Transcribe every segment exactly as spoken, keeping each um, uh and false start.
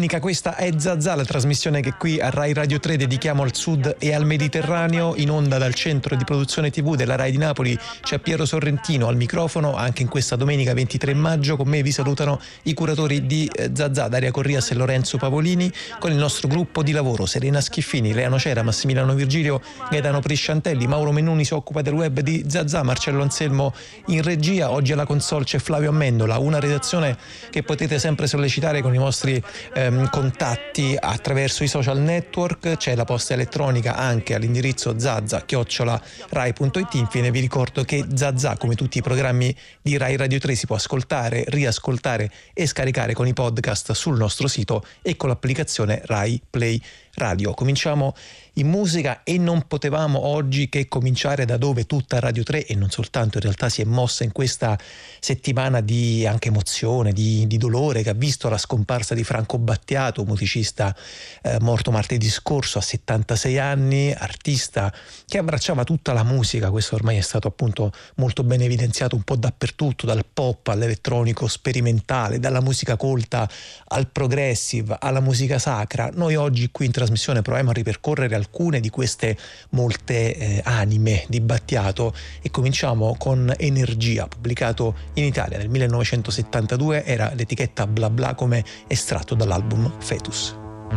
domenica. Questa è Zazà, la trasmissione che qui a Rai Radio tre dedichiamo al Sud e al Mediterraneo. In onda dal centro di produzione tivù della Rai di Napoli c'è Piero Sorrentino al microfono. Anche in questa domenica ventitré maggio con me vi salutano i curatori di Zazà, Daria Corrias e Lorenzo Pavolini, con il nostro gruppo di lavoro: Serena Schiffini, Lea Nocera, Massimiliano Virgilio, Gaetano Prisciantelli, Mauro Mennuni si occupa del web di Zazà, Marcello Anselmo in regia. Oggi alla console c'è Flavio Amendola, una redazione che potete sempre sollecitare con i vostri ehm, contatti attraverso i social network. C'è la posta elettronica anche all'indirizzo zazza chiocciola rai punto it. Infine vi ricordo che Zazà, come tutti i programmi di Rai Radio tre, si può ascoltare, riascoltare e scaricare con i podcast sul nostro sito e con l'applicazione Rai Play Radio. Cominciamo in musica e non potevamo oggi che cominciare da dove tutta Radio tre, e non soltanto, in realtà si è mossa in questa settimana di anche emozione, di, di dolore, che ha visto la scomparsa di Franco Battiato, musicista eh, morto martedì scorso a settantasei anni, artista che abbracciava tutta la musica. Questo ormai è stato appunto molto ben evidenziato un po' dappertutto, dal pop all'elettronico sperimentale, dalla musica colta al progressive, alla musica sacra. Noi oggi qui in trasmissione proviamo a ripercorrere alcune di queste molte eh, anime di Battiato e cominciamo con Energia, pubblicato in Italia nel millenovecentosettantadue. Era l'etichetta Bla Bla come estratto dall'album Fetus.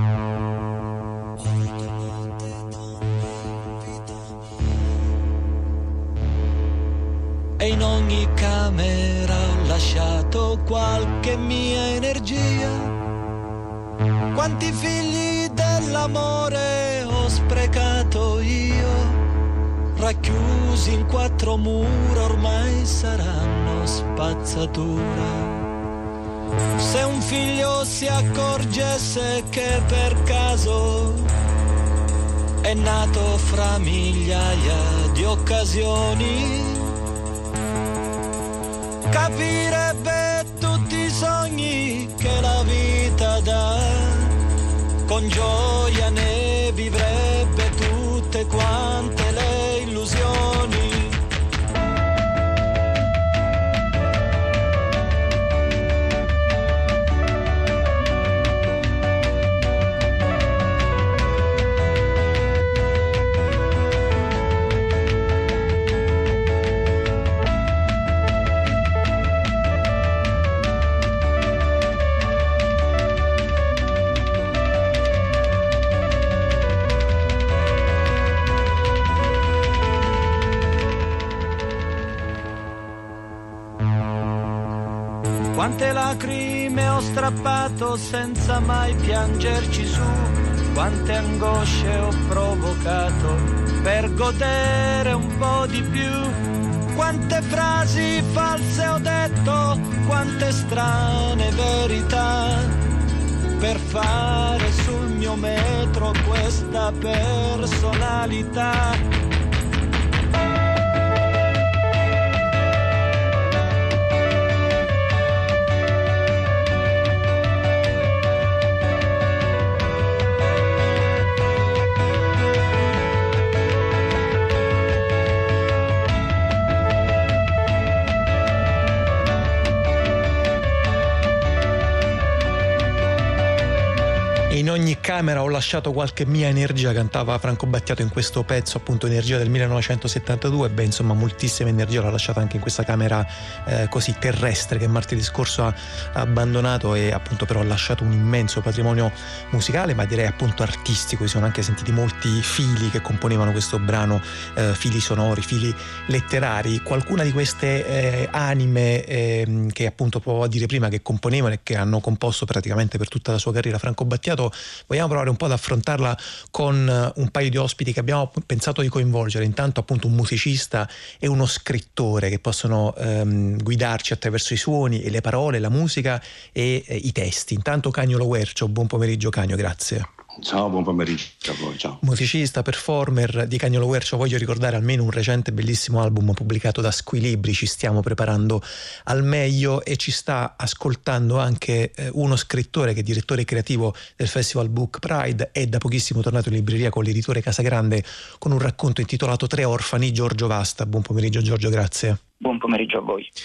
E in ogni camera ho lasciato qualche mia energia. Quanti figli dell'amore ho sprecato io, racchiusi in quattro mura ormai saranno spazzatura. Se un figlio si accorgesse che per caso è nato fra migliaia di occasioni, capirebbe tutti i sogni che la vita dà. Con gioia ne vivrebbe tutte quante le illusioni. Quante lacrime ho strappato senza mai piangerci su, quante angosce ho provocato per godere un po' di più, quante frasi false ho detto, quante strane verità, per fare sul mio metro questa personalità. In ogni camera ho lasciato qualche mia energia, cantava Franco Battiato in questo pezzo, appunto Energia del millenovecentosettantadue. Beh, insomma, moltissima energia l'ha lasciata anche in questa camera eh, così terrestre che martedì scorso ha, ha abbandonato, e appunto però ha lasciato un immenso patrimonio musicale, ma direi appunto artistico. Si sono anche sentiti molti fili che componevano questo brano, eh, fili sonori, fili letterari. Qualcuna di queste eh, anime eh, che appunto provavo a dire prima, che componevano e che hanno composto praticamente per tutta la sua carriera Franco Battiato, vogliamo provare un po' ad affrontarla con un paio di ospiti che abbiamo pensato di coinvolgere. Intanto appunto un musicista e uno scrittore che possono ehm, guidarci attraverso i suoni e le parole, la musica e eh, i testi. Intanto Canio Loguercio, buon pomeriggio Canio, grazie. Ciao, buon pomeriggio a voi, ciao. Musicista, performer di Canio Loguercio, voglio ricordare almeno un recente bellissimo album pubblicato da Squilibri, Ci stiamo preparando al meglio, e ci sta ascoltando anche eh, uno scrittore che è direttore creativo del Festival Book Pride, è da pochissimo tornato in libreria con l'editore Casagrande con un racconto intitolato Tre orfani, Giorgio Vasta. Buon pomeriggio Giorgio, grazie. Buon pomeriggio a voi.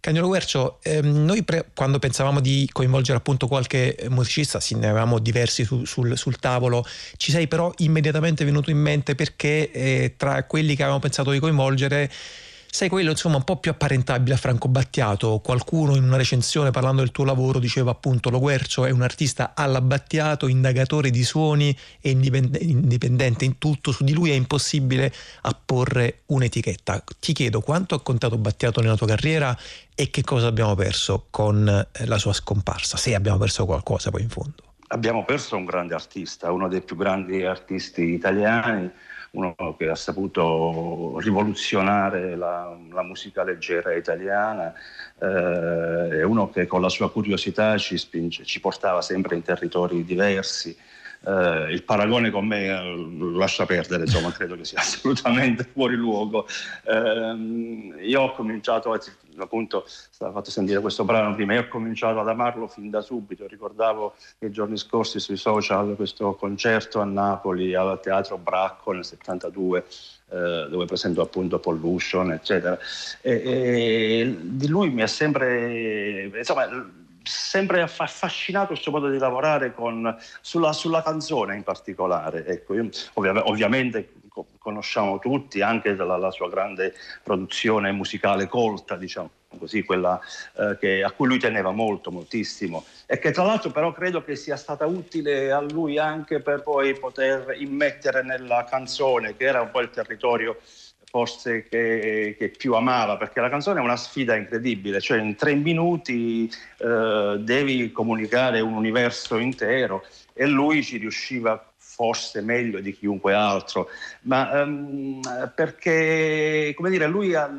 Cagnolo Guercio, ehm, noi pre- quando pensavamo di coinvolgere appunto qualche musicista, sì, ne avevamo diversi su, sul, sul tavolo, ci sei però immediatamente venuto in mente perché eh, tra quelli che avevamo pensato di coinvolgere sei quello insomma un po' più apparentabile a Franco Battiato. Qualcuno in una recensione parlando del tuo lavoro diceva appunto Lo Guercio è un artista alla Battiato, indagatore di suoni e indipende- indipendente in tutto, su di lui è impossibile apporre un'etichetta. Ti chiedo quanto ha contato Battiato nella tua carriera e che cosa abbiamo perso con eh, la sua scomparsa, se abbiamo perso qualcosa poi in fondo. Abbiamo perso un grande artista, uno dei più grandi artisti italiani, uno che ha saputo rivoluzionare la, la musica leggera italiana, eh, è uno che con la sua curiosità ci spinge, ci portava sempre in territori diversi. Uh, il paragone con me uh, lascia perdere, insomma, credo che sia assolutamente fuori luogo. Uh, io ho cominciato, appunto, stavo fatto sentire questo brano prima, io ho cominciato ad amarlo fin da subito. Ricordavo nei giorni scorsi sui social questo concerto a Napoli al Teatro Bracco nel settantadue, uh, dove presento appunto Pollution, eccetera. E, e di lui mi è sempre, insomma, sempre affascinato il suo modo di lavorare con, sulla, sulla canzone in particolare. Ecco, io, ovvia, ovviamente co- conosciamo tutti anche la, la sua grande produzione musicale colta, diciamo così, quella eh, che, a cui lui teneva molto, moltissimo, e che tra l'altro però credo che sia stata utile a lui anche per poi poter immettere nella canzone, che era un po' il territorio forse che, che più amava, perché la canzone è una sfida incredibile, cioè in tre minuti eh, devi comunicare un universo intero, e lui ci riusciva forse meglio di chiunque altro, ma um, perché, come dire, lui ha,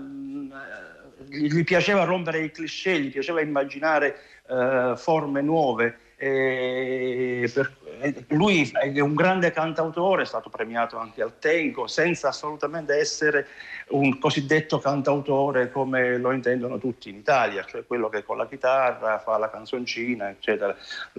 gli piaceva rompere i cliché, gli piaceva immaginare uh, forme nuove. E per, lui è un grande cantautore, è stato premiato anche al Tenco, senza assolutamente essere un cosiddetto cantautore come lo intendono tutti in Italia, cioè quello che con la chitarra fa la canzoncina, eccetera.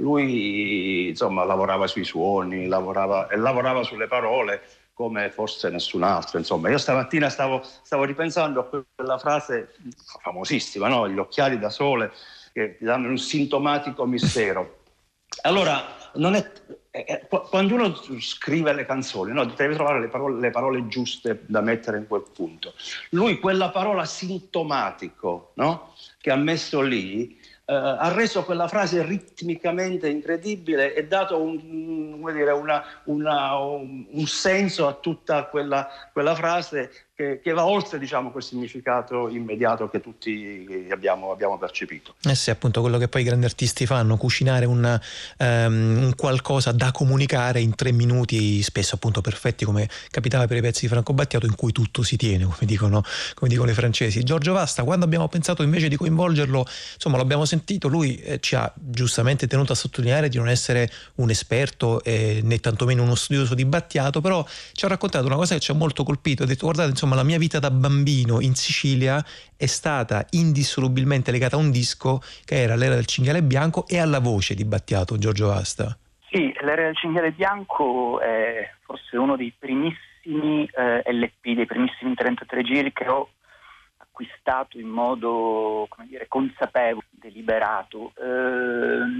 Lui, insomma, lavorava sui suoni, lavorava, e lavorava sulle parole come forse nessun altro. Insomma, io stamattina stavo, stavo ripensando a quella frase famosissima, no? Gli occhiali da sole che ti danno un sintomatico mistero. Allora, non è, è, quando uno scrive le canzoni, no, deve trovare le parole, le parole giuste da mettere in quel punto. Lui quella parola sintomatico, no, che ha messo lì, eh, ha reso quella frase ritmicamente incredibile e dato un, come dire, una, una, un, un senso a tutta quella, quella frase che, che va oltre, diciamo, quel significato immediato che tutti abbiamo, abbiamo percepito. Eh sì, appunto quello che poi i grandi artisti fanno, cucinare una, um, un qualcosa da comunicare in tre minuti, spesso appunto perfetti, come capitava per i pezzi di Franco Battiato, in cui tutto si tiene, come dicono, come dicono i francesi. Giorgio Vasta, quando abbiamo pensato invece di coinvolgerlo, insomma, l'abbiamo sentito, lui eh, ci ha giustamente tenuto a sottolineare di non essere un esperto eh, né tantomeno uno studioso di Battiato, però ci ha raccontato una cosa che ci ha molto colpito. Ha detto: guardate, insomma, la mia vita da bambino in Sicilia è stata indissolubilmente legata a un disco che era L'era del cinghiale bianco e alla voce di Battiato. Giorgio Vasta. Sì, L'era del cinghiale bianco è forse uno dei primissimi eh, L P, dei primissimi trentatré giri che ho acquistato in modo, come dire, consapevole, deliberato. Eh,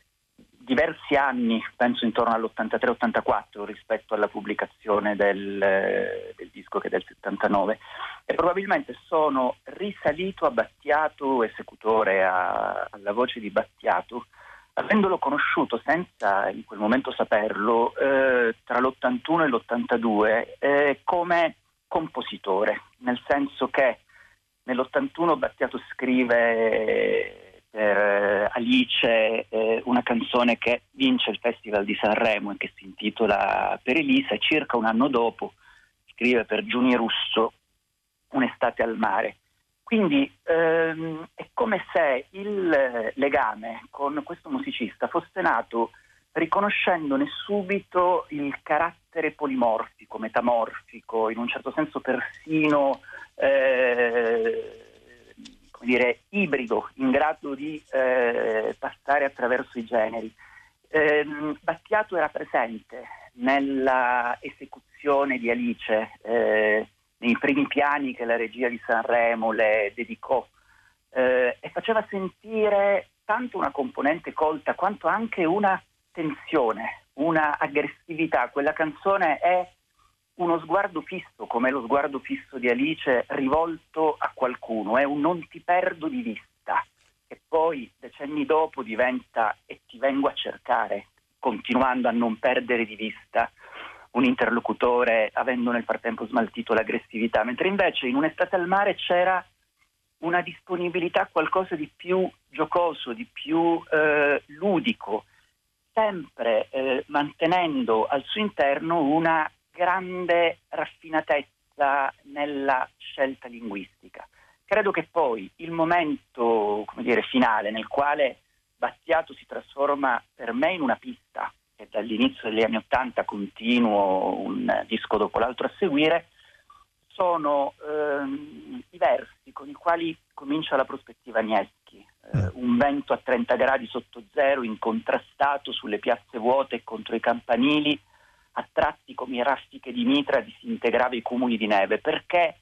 diversi anni, penso intorno all'ottantatré ottantaquattro rispetto alla pubblicazione del, del disco, che è del settantanove, e probabilmente sono risalito a Battiato, esecutore, a, alla voce di Battiato, avendolo conosciuto senza in quel momento saperlo eh, tra l'ottantuno e l'ottantadue eh, come compositore, nel senso che nell'ottantuno Battiato scrive per Alice eh, una canzone che vince il Festival di Sanremo e che si intitola Per Elisa, e circa un anno dopo scrive per Giuni Russo Un'estate al mare. Quindi ehm, è come se il legame con questo musicista fosse nato riconoscendone subito il carattere polimorfico, metamorfico, in un certo senso persino eh, come dire, ibrido, in grado di eh, passare attraverso i generi. Eh, Battiato era presente nella esecuzione di Alice, eh, nei primi piani che la regia di Sanremo le dedicò. eh, e faceva sentire tanto una componente colta quanto anche una tensione, una aggressività. Quella canzone è uno sguardo fisso, come lo sguardo fisso di Alice, rivolto a qualcuno, è un non ti perdo di vista, e poi decenni dopo diventa e ti vengo a cercare, continuando a non perdere di vista un interlocutore, avendo nel frattempo smaltito l'aggressività, mentre invece in Un'estate al mare c'era una disponibilità a qualcosa di più giocoso, di più eh, ludico, sempre eh, mantenendo al suo interno una grande raffinatezza nella scelta linguistica. Credo che poi il momento, come dire, finale, nel quale Battiato si trasforma per me in una pista, e dall'inizio degli anni Ottanta continuo un disco dopo l'altro a seguire, sono ehm, i versi con i quali comincia la prospettiva Nieschi. Eh, un vento a trenta gradi sotto zero, incontrastato sulle piazze vuote e contro i campanili, a tratti come raffiche di mitra disintegrava i cumuli di neve, perché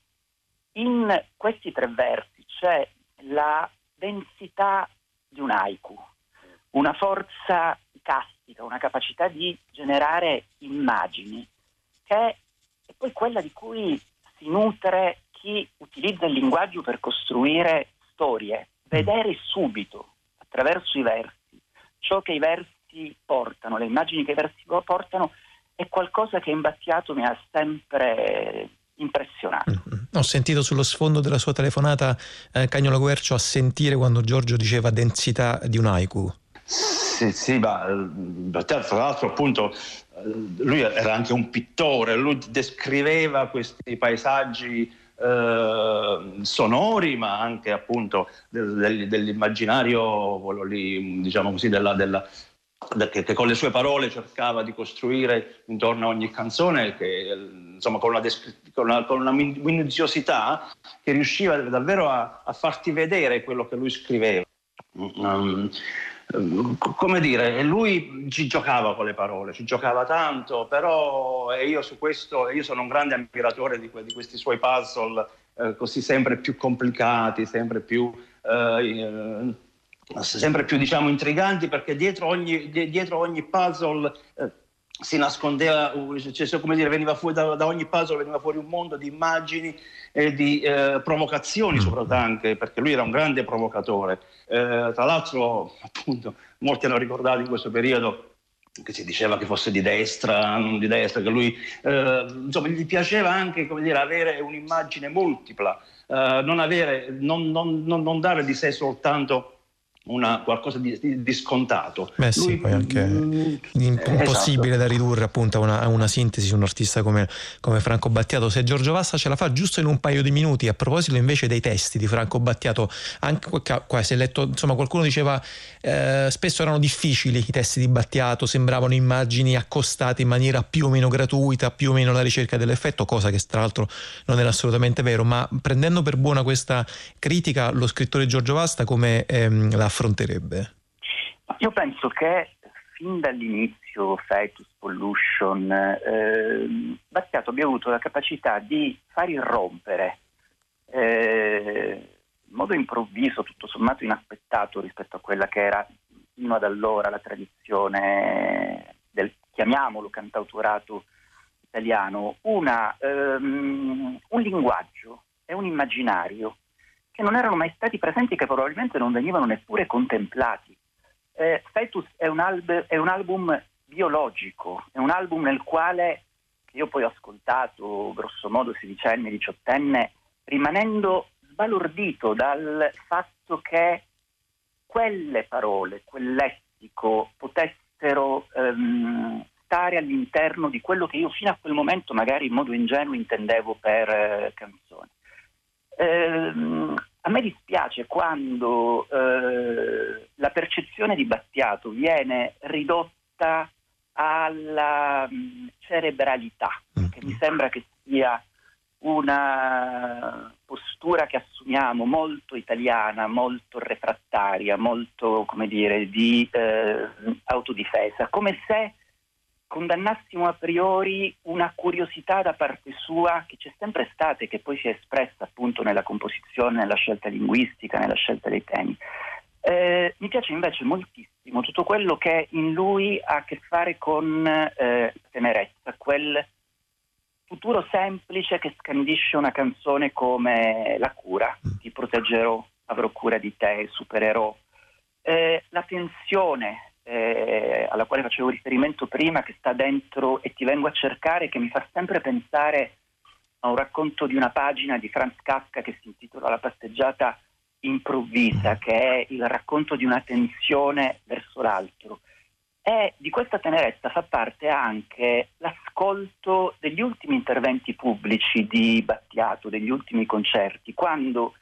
in questi tre versi c'è la densità di un haiku, una forza castica, una capacità di generare immagini, che è poi quella di cui si nutre chi utilizza il linguaggio per costruire storie, vedere subito, attraverso i versi, ciò che i versi portano, le immagini che i versi portano, è qualcosa che in Battiato mi ha sempre impressionato. Mm-hmm. Ho sentito sullo sfondo della sua telefonata eh, Cagnola Guercio a sentire quando Giorgio diceva densità di un haiku. Sì, sì, ma Battiato tra l'altro appunto lui era anche un pittore, lui descriveva questi paesaggi eh, sonori, ma anche appunto del, del, dell'immaginario, quello lì, diciamo così, della, della Che, che con le sue parole cercava di costruire intorno a ogni canzone, che insomma con una, descri- con una, con una minuziosità che riusciva davvero a, a farti vedere quello che lui scriveva. Um, come dire, lui ci giocava con le parole, ci giocava tanto, però e io su questo, io sono un grande ammiratore di, que- di questi suoi puzzle eh, così sempre più complicati, sempre più eh, sempre più diciamo intriganti, perché dietro ogni, dietro ogni puzzle eh, si nascondeva, cioè, come dire, veniva fuori da, da ogni puzzle veniva fuori un mondo di immagini e di eh, provocazioni, soprattutto anche perché lui era un grande provocatore. Eh, tra l'altro, appunto, molti hanno ricordato in questo periodo che si diceva che fosse di destra, non di destra, che lui eh, insomma gli piaceva anche, come dire, avere un'immagine multipla, eh, non avere, non, non, non, non dare di sé soltanto una qualcosa di, di, di scontato. Beh sì, Lui, poi anche mm, impossibile esatto. da ridurre appunto a una, a una sintesi su un artista come, come Franco Battiato. Se Giorgio Vassa ce la fa giusto in un paio di minuti, a proposito invece dei testi di Franco Battiato, anche qua si è letto, insomma qualcuno diceva eh, spesso erano difficili i testi di Battiato, sembravano immagini accostate in maniera più o meno gratuita, più o meno alla ricerca dell'effetto, cosa che tra l'altro non era assolutamente vero, ma prendendo per buona questa critica, lo scrittore Giorgio Vasta come ehm, la affronterebbe? Io penso che fin dall'inizio Fetus, Pollution, eh, Battiato abbia avuto la capacità di far irrompere eh, in modo improvviso, tutto sommato inaspettato rispetto a quella che era fino ad allora la tradizione del, chiamiamolo, cantautorato italiano, una, um, un linguaggio e un immaginario che non erano mai stati presenti, che probabilmente non venivano neppure contemplati. Eh, Fetus è un, alb- è un album biologico, è un album nel quale io poi ho ascoltato grosso modo sedicenne, diciottenne, rimanendo sbalordito dal fatto che quelle parole, quel lessico potessero ehm, stare all'interno di quello che io fino a quel momento magari in modo ingenuo intendevo per eh, canzone. Eh, a me dispiace quando eh, la percezione di Battiato viene ridotta alla mh, cerebralità, che mi sembra che sia una postura che assumiamo molto italiana, molto refrattaria, molto, come dire, di eh, autodifesa, come se condannassimo a priori una curiosità da parte sua che c'è sempre stata e che poi si è espressa appunto nella composizione, nella scelta linguistica, nella scelta dei temi. Eh, mi piace invece moltissimo tutto quello che in lui ha a che fare con eh, tenerezza, quel futuro semplice che scandisce una canzone come La cura, ti proteggerò, avrò cura di te, supererò. Eh, la tensione eh, alla quale facevo riferimento prima, che sta dentro E ti vengo a cercare, che mi fa sempre pensare a un racconto di una pagina di Franz Kafka che si intitola La passeggiata improvvisa, che è il racconto di una tensione verso l'altro. E di questa tenerezza fa parte anche l'ascolto degli ultimi interventi pubblici di Battiato, degli ultimi concerti, quando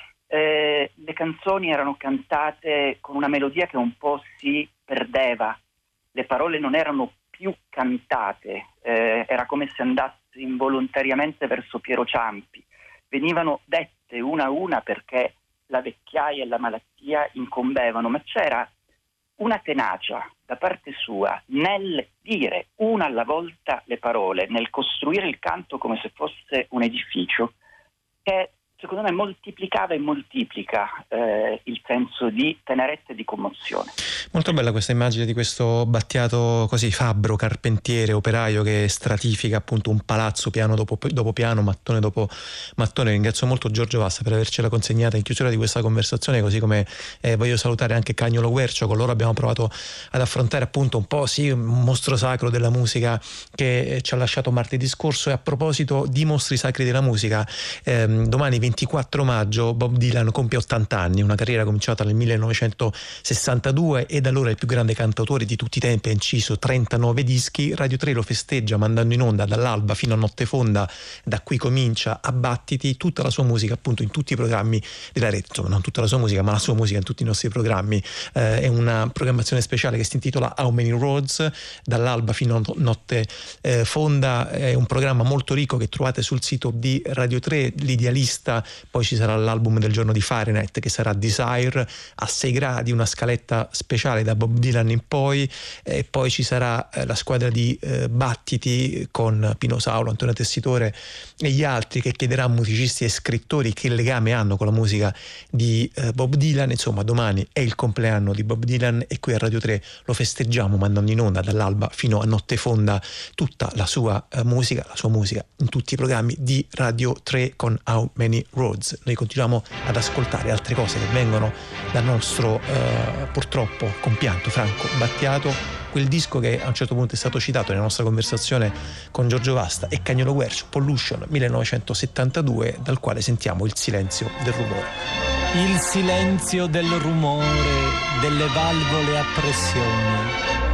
eh, le canzoni erano cantate con una melodia che un po' si perdeva, le parole non erano più cantate, eh, era come se andasse involontariamente verso Piero Ciampi, venivano dette una a una perché la vecchiaia e la malattia incombevano, ma c'era una tenacia da parte sua nel dire una alla volta le parole, nel costruire il canto come se fosse un edificio, che secondo me moltiplicava e moltiplica eh, il senso di tenerezza e di commozione. Molto bella questa immagine di questo Battiato così fabbro, carpentiere, operaio che stratifica appunto un palazzo piano dopo, dopo piano, mattone dopo mattone. Ringrazio molto Giorgio Vasta per avercela consegnata in chiusura di questa conversazione, così come eh, voglio salutare anche Cagnolo Guercio. Con loro abbiamo provato ad affrontare appunto un po' sì un mostro sacro della musica che ci ha lasciato martedì scorso. E a proposito di mostri sacri della musica, ehm, domani ventiquattro maggio Bob Dylan compie ottanta anni, una carriera cominciata nel millenovecentosessantadue e da allora il più grande cantautore di tutti i tempi, ha inciso trentanove dischi. Radio tre lo festeggia mandando in onda dall'alba fino a notte fonda, Da qui comincia a Battiti, tutta la sua musica appunto in tutti i programmi della rete, insomma non tutta la sua musica ma la sua musica in tutti i nostri programmi. Eh, è una programmazione speciale che si intitola How Many Roads, dall'alba fino a notte eh, fonda. È un programma molto ricco che trovate sul sito di Radio tre, L'Idealista, poi ci sarà l'album del giorno di Fahrenheit che sarà Desire, a sei gradi, una scaletta speciale da Bob Dylan in poi, e poi ci sarà eh, la squadra di eh, Battiti con Pino Saulo, Antonio Tessitore e gli altri, che chiederà a musicisti e scrittori che legame hanno con la musica di eh, Bob Dylan. Insomma, domani è il compleanno di Bob Dylan e qui a Radio tre lo festeggiamo mandando in onda dall'alba fino a notte fonda tutta la sua eh, musica, la sua musica in tutti i programmi di Radio tre con How Many Roads. Noi continuiamo ad ascoltare altre cose che vengono dal nostro eh, purtroppo compianto Franco Battiato, quel disco che a un certo punto è stato citato nella nostra conversazione con Giorgio Vasta e Cagnolo Guercio, Pollution millenovecentosettantadue, dal quale sentiamo Il silenzio del rumore. Il silenzio del rumore delle valvole a pressione,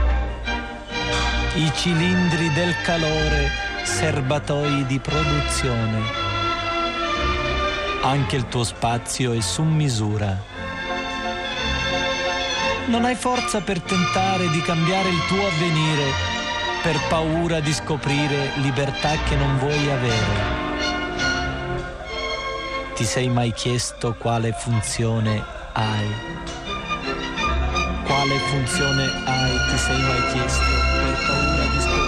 i cilindri del calore, serbatoi di produzione. Anche il tuo spazio è su misura. Non hai forza per tentare di cambiare il tuo avvenire, per paura di scoprire libertà che non vuoi avere. Ti sei mai chiesto quale funzione hai? Quale funzione hai? Ti sei mai chiesto per paura di scoprire?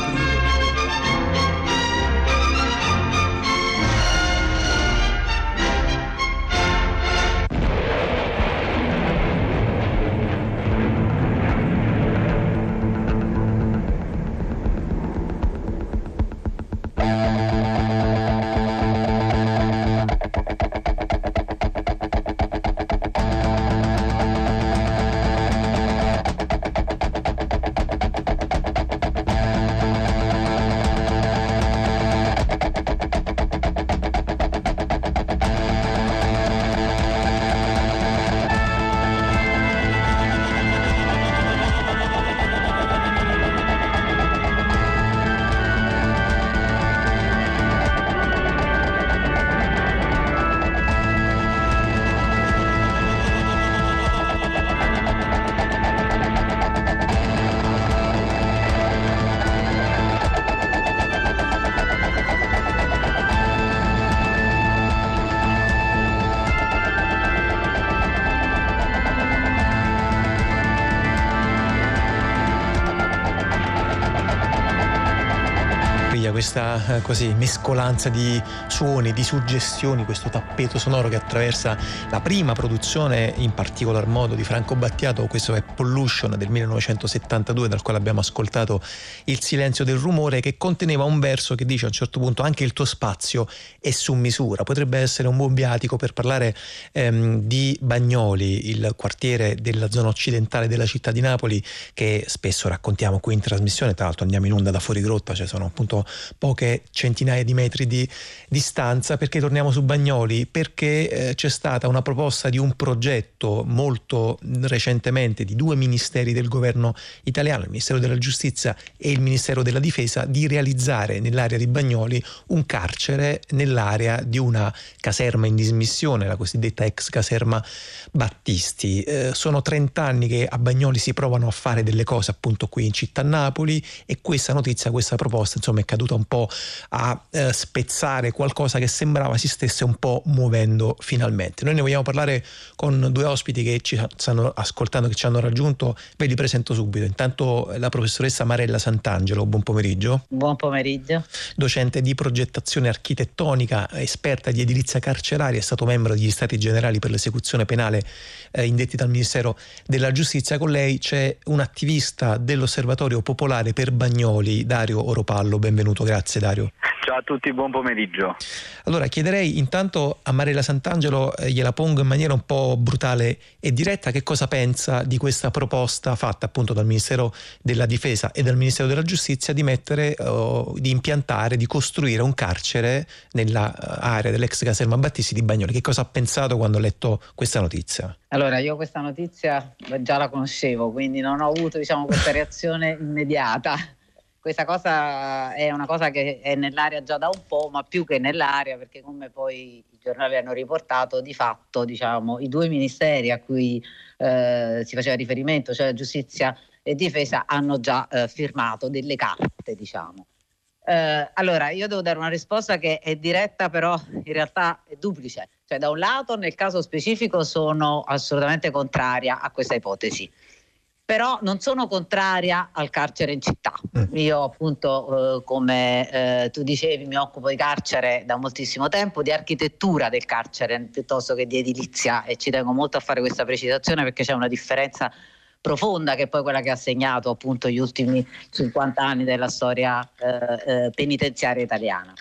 meraviglia questa eh, così mescolanza di suoni, di suggestioni, questo tappeto sonoro che attraversa la prima produzione in particolar modo di Franco Battiato. Questo è Pollution del millenovecentosettantadue, dal quale abbiamo ascoltato Il silenzio del rumore, che conteneva un verso che dice a un certo punto: anche il tuo spazio è su misura. Potrebbe essere un buon viatico per parlare ehm, di Bagnoli, il quartiere della zona occidentale della città di Napoli, che spesso raccontiamo qui in trasmissione. Tra l'altro andiamo in onda da fuori grotta, cioè sono appunto poche centinaia di metri di distanza. Perché torniamo su Bagnoli? Perché eh, c'è stata una proposta di un progetto molto recentemente di due ministeri del governo italiano, il Ministero della Giustizia e il Ministero della Difesa, di realizzare nell'area di Bagnoli un carcere nell'area di una caserma in dismissione, la cosiddetta ex caserma Battisti. Eh, sono trent'anni che a Bagnoli si provano a fare delle cose appunto qui in città Napoli, e questa notizia, questa proposta insomma è caduta un po' a eh, spezzare qualcosa che sembrava si stesse un po' muovendo finalmente. Noi ne vogliamo parlare con due ospiti che ci stanno ascoltando, che ci hanno raggiunto. Ve li presento subito. Intanto la professoressa Marella Sant'Angelo, buon pomeriggio. Buon pomeriggio. Docente di progettazione architettonica, esperta di edilizia carceraria, è stato membro degli Stati Generali per l'esecuzione penale eh, indetti dal Ministero della Giustizia. Con lei c'è un attivista dell'Osservatorio Popolare per Bagnoli, Dario Oropallo. Benvenuto, grazie Dario. Ciao a tutti, buon pomeriggio. Allora, chiederei intanto a Marella Sant'Angelo, eh, gliela pongo in maniera un po' brutale e diretta, che cosa pensa di questa proposta fatta appunto dal Ministero della Difesa e dal Ministero della Giustizia di mettere, uh, di impiantare, di costruire un carcere nell'area dell'ex caserma Battisti di Bagnoli. Che cosa ha pensato quando ha letto questa notizia? Allora, io questa notizia già la conoscevo, quindi non ho avuto, diciamo, questa reazione immediata. Questa cosa è una cosa che è nell'aria già da un po', ma più che nell'aria, perché come poi i giornali hanno riportato, di fatto, diciamo, i due ministeri a cui eh, si faceva riferimento, cioè Giustizia e Difesa, hanno già eh, firmato delle carte, diciamo. Eh, allora, io devo dare una risposta che è diretta, però in realtà è duplice. Cioè, da un lato, nel caso specifico, sono assolutamente contraria a questa ipotesi. Però non sono contraria al carcere in città. Io appunto, eh, come eh, tu dicevi, mi occupo di carcere da moltissimo tempo, di architettura del carcere piuttosto che di edilizia, e ci tengo molto a fare questa precisazione perché c'è una differenza profonda, che è poi quella che ha segnato appunto gli ultimi cinquanta anni della storia eh, eh, penitenziaria italiana.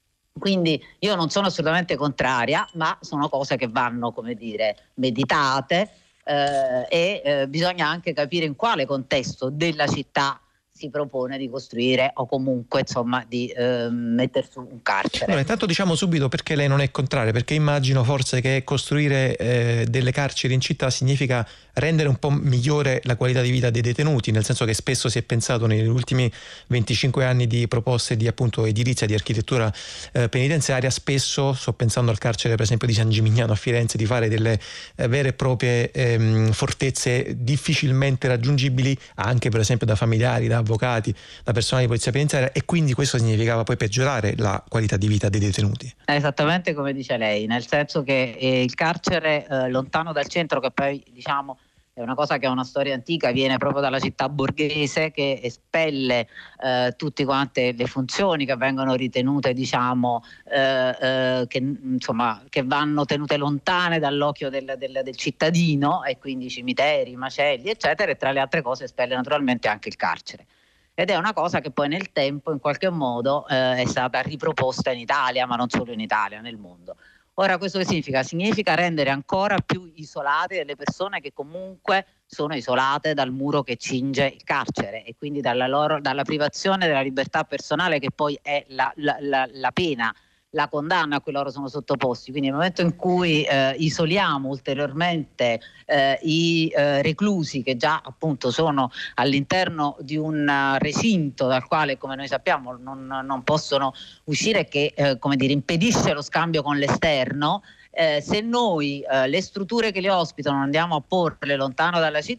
Quindi io non sono assolutamente contraria, ma sono cose che vanno, come dire, meditate. Eh, e eh, bisogna anche capire in quale contesto della città si propone di costruire, o comunque insomma di eh, mettere su un carcere. Allora, intanto diciamo subito perché lei non è contraria, perché immagino forse che costruire eh, delle carceri in città significa rendere un po' migliore la qualità di vita dei detenuti, nel senso che spesso si è pensato negli ultimi venticinque anni di proposte di appunto edilizia, di architettura eh, penitenziaria, spesso, sto pensando al carcere per esempio di San Gimignano a Firenze, di fare delle eh, vere e proprie ehm, fortezze difficilmente raggiungibili anche per esempio da familiari, da avvocati, da personale di polizia penitenziaria, e quindi questo significava poi peggiorare la qualità di vita dei detenuti. Esattamente come dice lei, nel senso che eh, il carcere eh, lontano dal centro, che poi diciamo è una cosa che ha una storia antica, viene proprio dalla città borghese, che espelle eh, tutte quante le funzioni che vengono ritenute, diciamo, eh, eh, che insomma che vanno tenute lontane dall'occhio del, del, del cittadino, e quindi cimiteri, macelli, eccetera, e tra le altre cose espelle naturalmente anche il carcere. Ed è una cosa che poi nel tempo in qualche modo eh, è stata riproposta in Italia, ma non solo in Italia, nel mondo. Ora, questo che significa? Significa rendere ancora più isolate delle persone che comunque sono isolate dal muro che cinge il carcere, e quindi dalla, loro, dalla privazione della libertà personale, che poi è la, la, la, la pena, la condanna a cui loro sono sottoposti. Quindi nel momento in cui eh, isoliamo ulteriormente eh, i eh, reclusi, che già appunto sono all'interno di un recinto dal quale, come noi sappiamo, non, non possono uscire, che eh, come dire, impedisce lo scambio con l'esterno, eh, se noi eh, le strutture che li ospitano andiamo a porle lontano dalla città,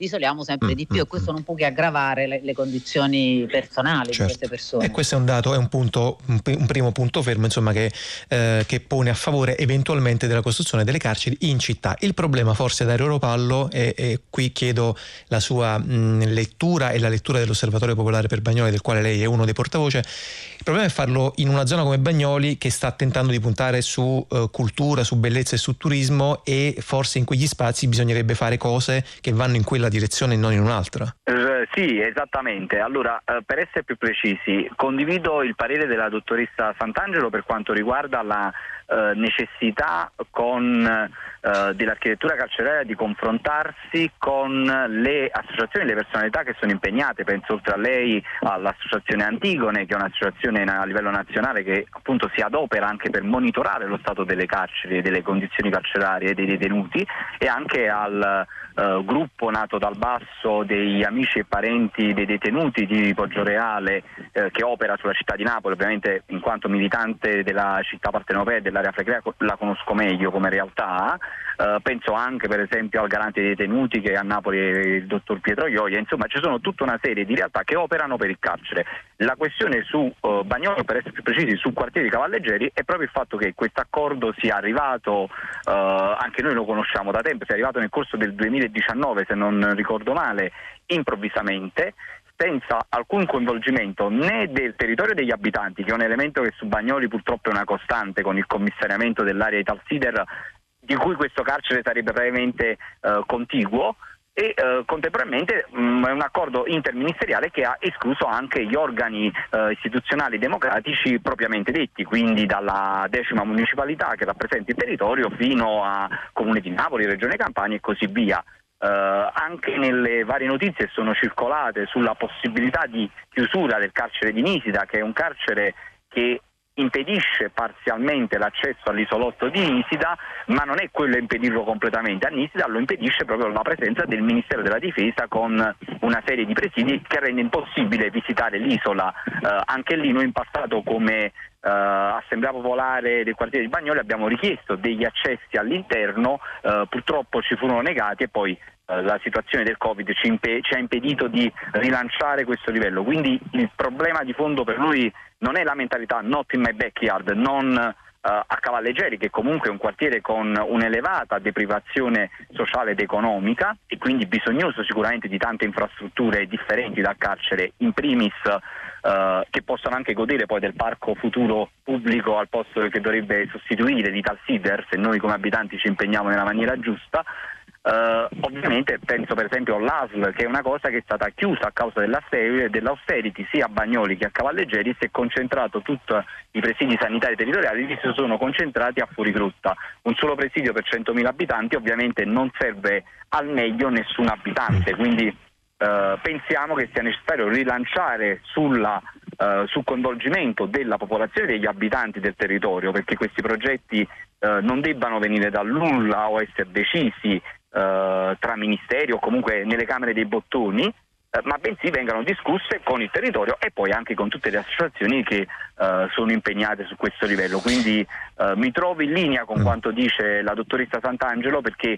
isoliamo sempre di più, e questo non può che aggravare le, le condizioni personali certo. di queste persone. E questo è un dato, è un punto, un, un primo punto fermo, insomma, che, eh, che pone a favore eventualmente della costruzione delle carceri in città. Il problema forse da Dario Pallo, e, e qui chiedo la sua mh, lettura e la lettura dell'Osservatorio Popolare per Bagnoli, del quale lei è uno dei portavoce. Il problema è farlo in una zona come Bagnoli, che sta tentando di puntare su uh, cultura, su bellezza e su turismo, e forse in quegli spazi bisognerebbe fare cose che vanno in quella direzione e non in un'altra. Uh, sì, esattamente. Allora, uh, per essere più precisi, condivido il parere della dottoressa Santangelo per quanto riguarda la uh, necessità con uh, dell'architettura carceraria di confrontarsi con le associazioni e le personalità che sono impegnate. Penso oltre a lei all'associazione Antigone, che è un'associazione a livello nazionale che appunto si adopera anche per monitorare lo stato delle carceri e delle condizioni carcerarie dei detenuti, e anche al Uh, gruppo nato dal basso degli amici e parenti dei detenuti di Poggioreale, uh, che opera sulla città di Napoli. Ovviamente, in quanto militante della città partenopea e dell'area flegrea, la conosco meglio come realtà. Uh, penso anche per esempio al garante dei detenuti, che a Napoli è il dottor Pietro Ioia. Insomma, ci sono tutta una serie di realtà che operano per il carcere. La questione su uh, Bagnoli, per essere più precisi, sul quartiere di Cavalleggeri, è proprio il fatto che questo accordo sia arrivato, uh, anche noi lo conosciamo da tempo, sia arrivato nel corso del duemiladiciannove, se non ricordo male, improvvisamente, senza alcun coinvolgimento né del territorio degli abitanti, che è un elemento che su Bagnoli purtroppo è una costante, con il commissariamento dell'area di Talsider, di cui questo carcere sarebbe praticamente uh, contiguo, e uh, contemporaneamente um, è un accordo interministeriale che ha escluso anche gli organi uh, istituzionali democratici propriamente detti, quindi dalla decima municipalità che rappresenta il territorio fino a Comune di Napoli, Regione Campania e così via. Uh, anche nelle varie notizie sono circolate sulla possibilità di chiusura del carcere di Nisida, che è un carcere che impedisce parzialmente l'accesso all'isolotto di Nisida, ma non è quello a impedirlo completamente. A Nisida lo impedisce proprio la presenza del Ministero della Difesa, con una serie di presidi che rende impossibile visitare l'isola. Uh, anche lì noi in passato, come Uh, Assemblea Popolare del quartiere di Bagnoli, abbiamo richiesto degli accessi all'interno, uh, purtroppo ci furono negati, e poi uh, la situazione del Covid ci, impe- ci ha impedito di rilanciare questo livello. Quindi il problema di fondo per lui non è la mentalità not in my backyard, non Uh, a Cavalleggeri, che comunque è un quartiere con un'elevata deprivazione sociale ed economica, e quindi bisognoso sicuramente di tante infrastrutture differenti dal carcere, in primis uh, che possano anche godere poi del parco futuro pubblico al posto che dovrebbe sostituire di Talsider, se noi come abitanti ci impegniamo nella maniera giusta. Uh, ovviamente penso per esempio all'A S L, che è una cosa che è stata chiusa a causa dell'austerity sia a Bagnoli che a Cavalleggeri. Si è concentrato tutti i presidi sanitari territoriali, si sono concentrati a Fuorigrotta. Un solo presidio per centomila abitanti ovviamente non serve al meglio nessun abitante, quindi uh, pensiamo che sia necessario rilanciare sulla Uh, sul coinvolgimento della popolazione e degli abitanti del territorio, perché questi progetti uh, non debbano venire dal nulla o essere decisi uh, tra ministeri o comunque nelle camere dei bottoni, uh, ma bensì vengano discusse con il territorio e poi anche con tutte le associazioni che uh, sono impegnate su questo livello. Quindi uh, mi trovo in linea con quanto dice la dottoressa Santangelo, perché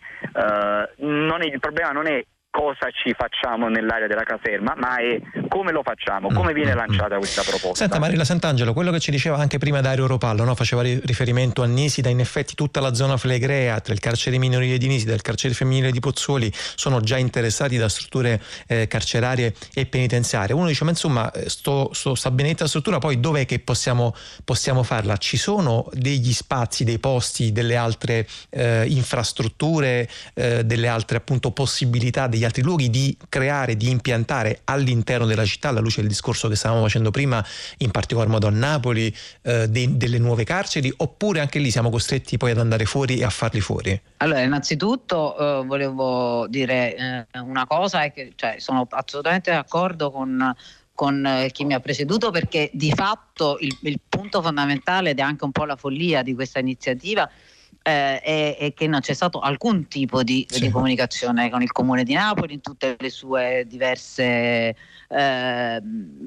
uh, non è, il problema non è cosa ci facciamo nell'area della caserma, ma è come lo facciamo, come viene lanciata questa proposta. Senta Marilla Santangelo, quello che ci diceva anche prima Dario Ropallo, no? Faceva riferimento a Nisida, in effetti tutta la zona flegrea, tra il carcere minorile di Nisida e il carcere femminile di Pozzuoli, sono già interessati da strutture eh, carcerarie e penitenziarie. Uno dice, ma insomma, sto, sto, sta benedetta struttura, poi dov'è che possiamo, possiamo farla? Ci sono degli spazi, dei posti, delle altre eh, infrastrutture, eh, delle altre appunto possibilità, degli altri luoghi di creare, di impiantare all'interno della città, alla luce del discorso che stavamo facendo prima, in particolar modo a Napoli, eh, de- delle nuove carceri, oppure anche lì siamo costretti poi ad andare fuori e a farli fuori? Allora, innanzitutto eh, volevo dire eh, una cosa, è che cioè, sono assolutamente d'accordo con con eh, chi mi ha preceduto, perché di fatto il, il punto fondamentale, ed è anche un po' la follia di questa iniziativa, Eh, è, è che non c'è stato alcun tipo di, sì. di comunicazione con il Comune di Napoli in tutte le sue diverse eh,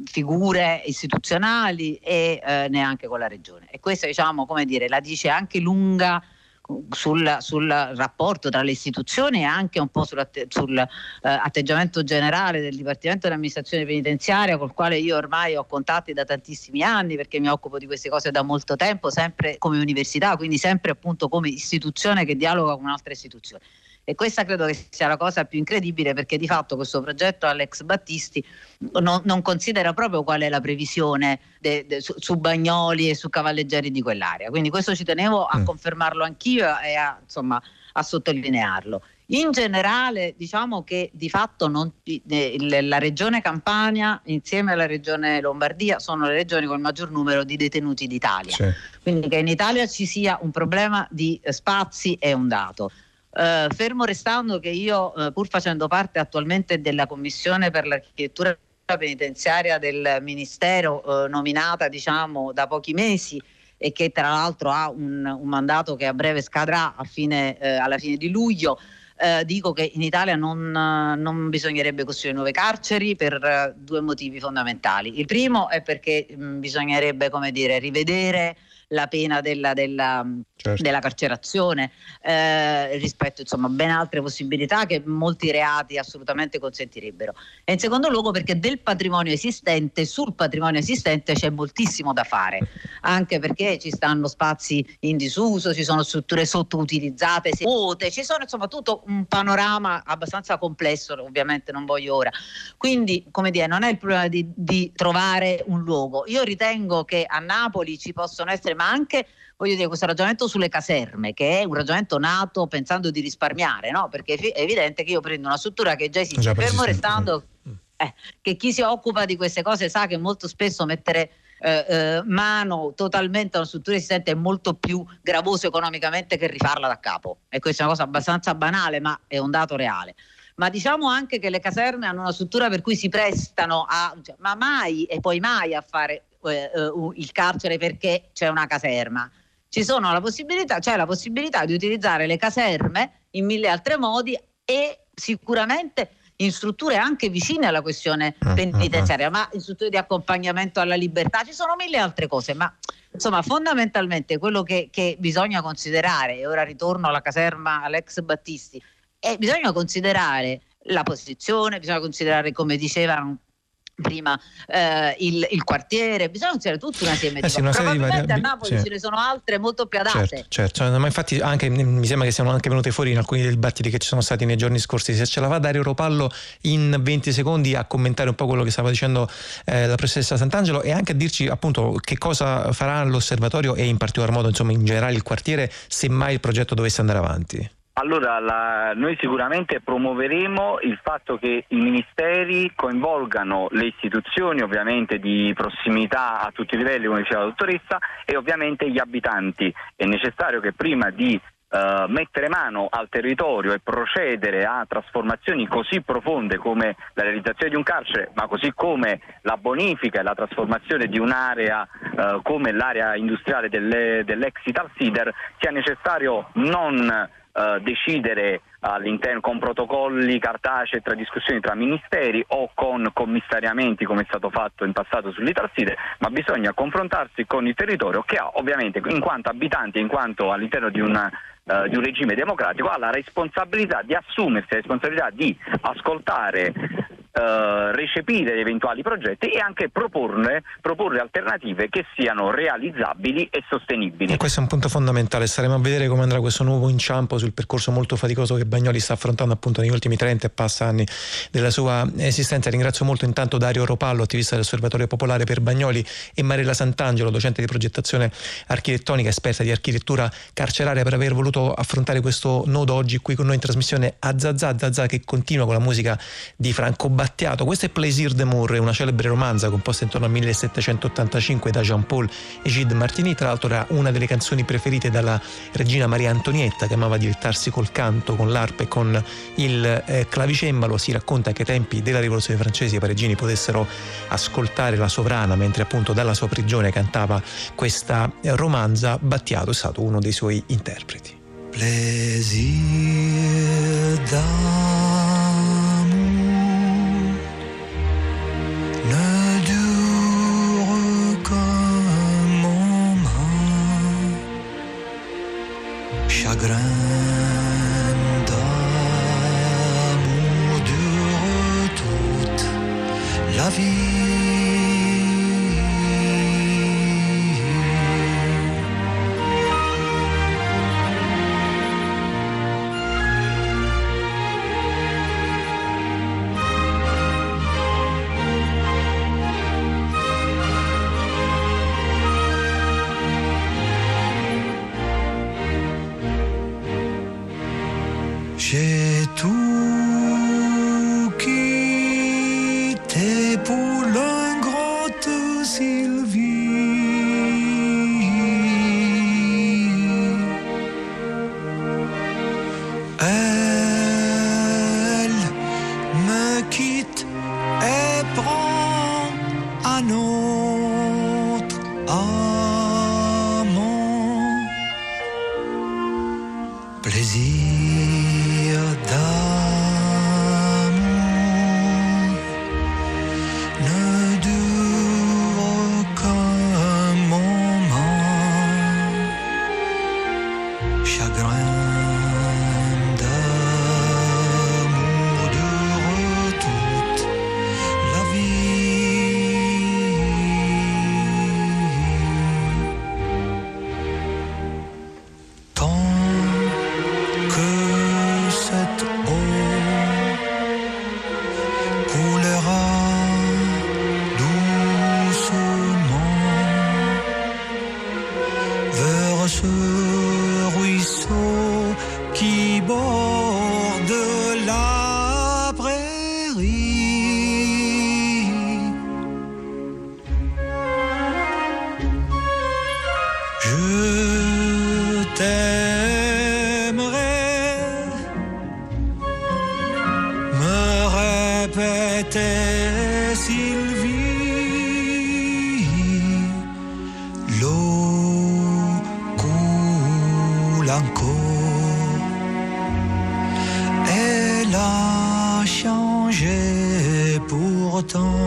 figure istituzionali, e eh, neanche con la Regione. E questa, diciamo, come dire, la dice anche lunga sul, sul rapporto tra le istituzioni e anche un po' sul eh, atteggiamento generale del Dipartimento dell'Amministrazione Penitenziaria, col quale io ormai ho contatti da tantissimi anni, perché mi occupo di queste cose da molto tempo, sempre come università, quindi sempre appunto come istituzione che dialoga con un'altra istituzione. E questa credo che sia la cosa più incredibile, perché di fatto questo progetto Alex Battisti non, non considera proprio qual è la previsione de, de, su, su Bagnoli e su Cavalleggeri di quell'area. Quindi questo ci tenevo a mm. confermarlo anch'io e a, insomma, a sottolinearlo. In generale diciamo che di fatto non, la regione Campania insieme alla regione Lombardia sono le regioni con il maggior numero di detenuti d'Italia. Sì. Quindi che in Italia ci sia un problema di spazi è un dato. Uh, fermo restando che io, uh, pur facendo parte attualmente della commissione per l'architettura penitenziaria del Ministero, uh, nominata diciamo da pochi mesi e che tra l'altro ha un, un mandato che a breve scadrà a fine, uh, alla fine di luglio, uh, dico che in Italia non, uh, non bisognerebbe costruire nuove carceri per uh, due motivi fondamentali. Il primo è perché mh, bisognerebbe, come dire, rivedere la pena della, della, certo. della carcerazione eh, rispetto insomma a ben altre possibilità che molti reati assolutamente consentirebbero. E in secondo luogo perché del patrimonio esistente, sul patrimonio esistente c'è moltissimo da fare, anche perché ci stanno spazi in disuso, ci sono strutture sottoutilizzate, vuote, ci sono insomma tutto un panorama abbastanza complesso, ovviamente non voglio ora. Quindi, come dire, non è il problema di, di trovare un luogo. Io ritengo che a Napoli ci possono essere, ma anche, voglio dire, questo ragionamento sulle caserme, che è un ragionamento nato pensando di risparmiare, no? Perché è evidente che io prendo una struttura che già esiste, già fermo restando eh, che chi si occupa di queste cose sa che molto spesso mettere eh, eh, mano totalmente a una struttura esistente è molto più gravoso economicamente che rifarla da capo. E questa è una cosa abbastanza banale, ma è un dato reale. Ma diciamo anche che le caserme hanno una struttura per cui si prestano a, cioè, ma mai e poi mai a fare eh, uh, il carcere perché c'è una caserma. Ci sono la possibilità, c'è la possibilità di utilizzare le caserme in mille altri modi e sicuramente in strutture anche vicine alla questione penitenziaria, ma in strutture di accompagnamento alla libertà, ci sono mille altre cose, ma insomma fondamentalmente quello che, che bisogna considerare, e ora ritorno alla caserma Alex Battisti, e bisogna considerare la posizione, bisogna considerare, come dicevano prima, eh, il, il quartiere, bisogna considerare tutta una serie di eh sì, cose. Probabilmente di variabili, a Napoli sì. ce ne sono altre molto più adatte. Certo, certo, ma infatti anche mi sembra che siano anche venute fuori in alcuni dibattiti che ci sono stati nei giorni scorsi. Se ce la va Dario Ropallo in venti secondi a commentare un po' quello che stava dicendo eh, la professoressa Santangelo e anche a dirci appunto che cosa farà l'osservatorio e in particolar modo insomma in generale il quartiere se mai il progetto dovesse andare avanti. Allora, la, noi sicuramente promuoveremo il fatto che i ministeri coinvolgano le istituzioni ovviamente di prossimità a tutti i livelli, come diceva la dottoressa, e ovviamente gli abitanti. È necessario che prima di uh, mettere mano al territorio e procedere a trasformazioni così profonde come la realizzazione di un carcere, ma così come la bonifica e la trasformazione di un'area uh, come l'area industriale delle, dell'ex Italsider, sia necessario non Uh, decidere all'interno con protocolli cartacei tra discussioni tra ministeri o con commissariamenti come è stato fatto in passato sull'Italsider, ma bisogna confrontarsi con il territorio che ha ovviamente in quanto abitanti, in quanto all'interno di una uh, di un regime democratico ha la responsabilità di assumersi la responsabilità di ascoltare, Uh, recepire gli eventuali progetti e anche proporre, proporre alternative che siano realizzabili e sostenibili. E questo è un punto fondamentale, staremo a vedere come andrà questo nuovo inciampo sul percorso molto faticoso che Bagnoli sta affrontando appunto negli ultimi trenta e passa anni della sua esistenza. Ringrazio molto intanto Dario Ropallo, attivista dell'Osservatorio Popolare per Bagnoli, e Mariella Santangelo, docente di progettazione architettonica, esperta di architettura carceraria, per aver voluto affrontare questo nodo oggi qui con noi in trasmissione a Zazà, Zazà che continua con la musica di Franco Battiato. Questo è Plaisir d'amour, una celebre romanza composta intorno al millesettecentottantacinque da Jean-Paul e Gide Martini. Tra l'altro era una delle canzoni preferite dalla regina Maria Antonietta, che amava dilettarsi col canto, con l'arpa e con il eh, clavicembalo. Si racconta che ai tempi della rivoluzione francese i parigini potessero ascoltare la sovrana mentre appunto dalla sua prigione cantava questa romanza. Battiato è stato uno dei suoi interpreti. Plaisir d'amour ne dure qu'un moment. Chaque chagrin d'amour dure toute la vie. J'ai tout quitté pour l'ingrate Sylvie. Elle me quitte et prend un autre amant. Plaisir d'amour ne dure qu'un moment. Chagrin d'amour dure toute la vie. Tant que cette eau coulera doucement vers ce ruisseau qui borde la prairie. Je t'aimerai, me répétait Sylvie. L'eau coule encore, elle a changé pourtant.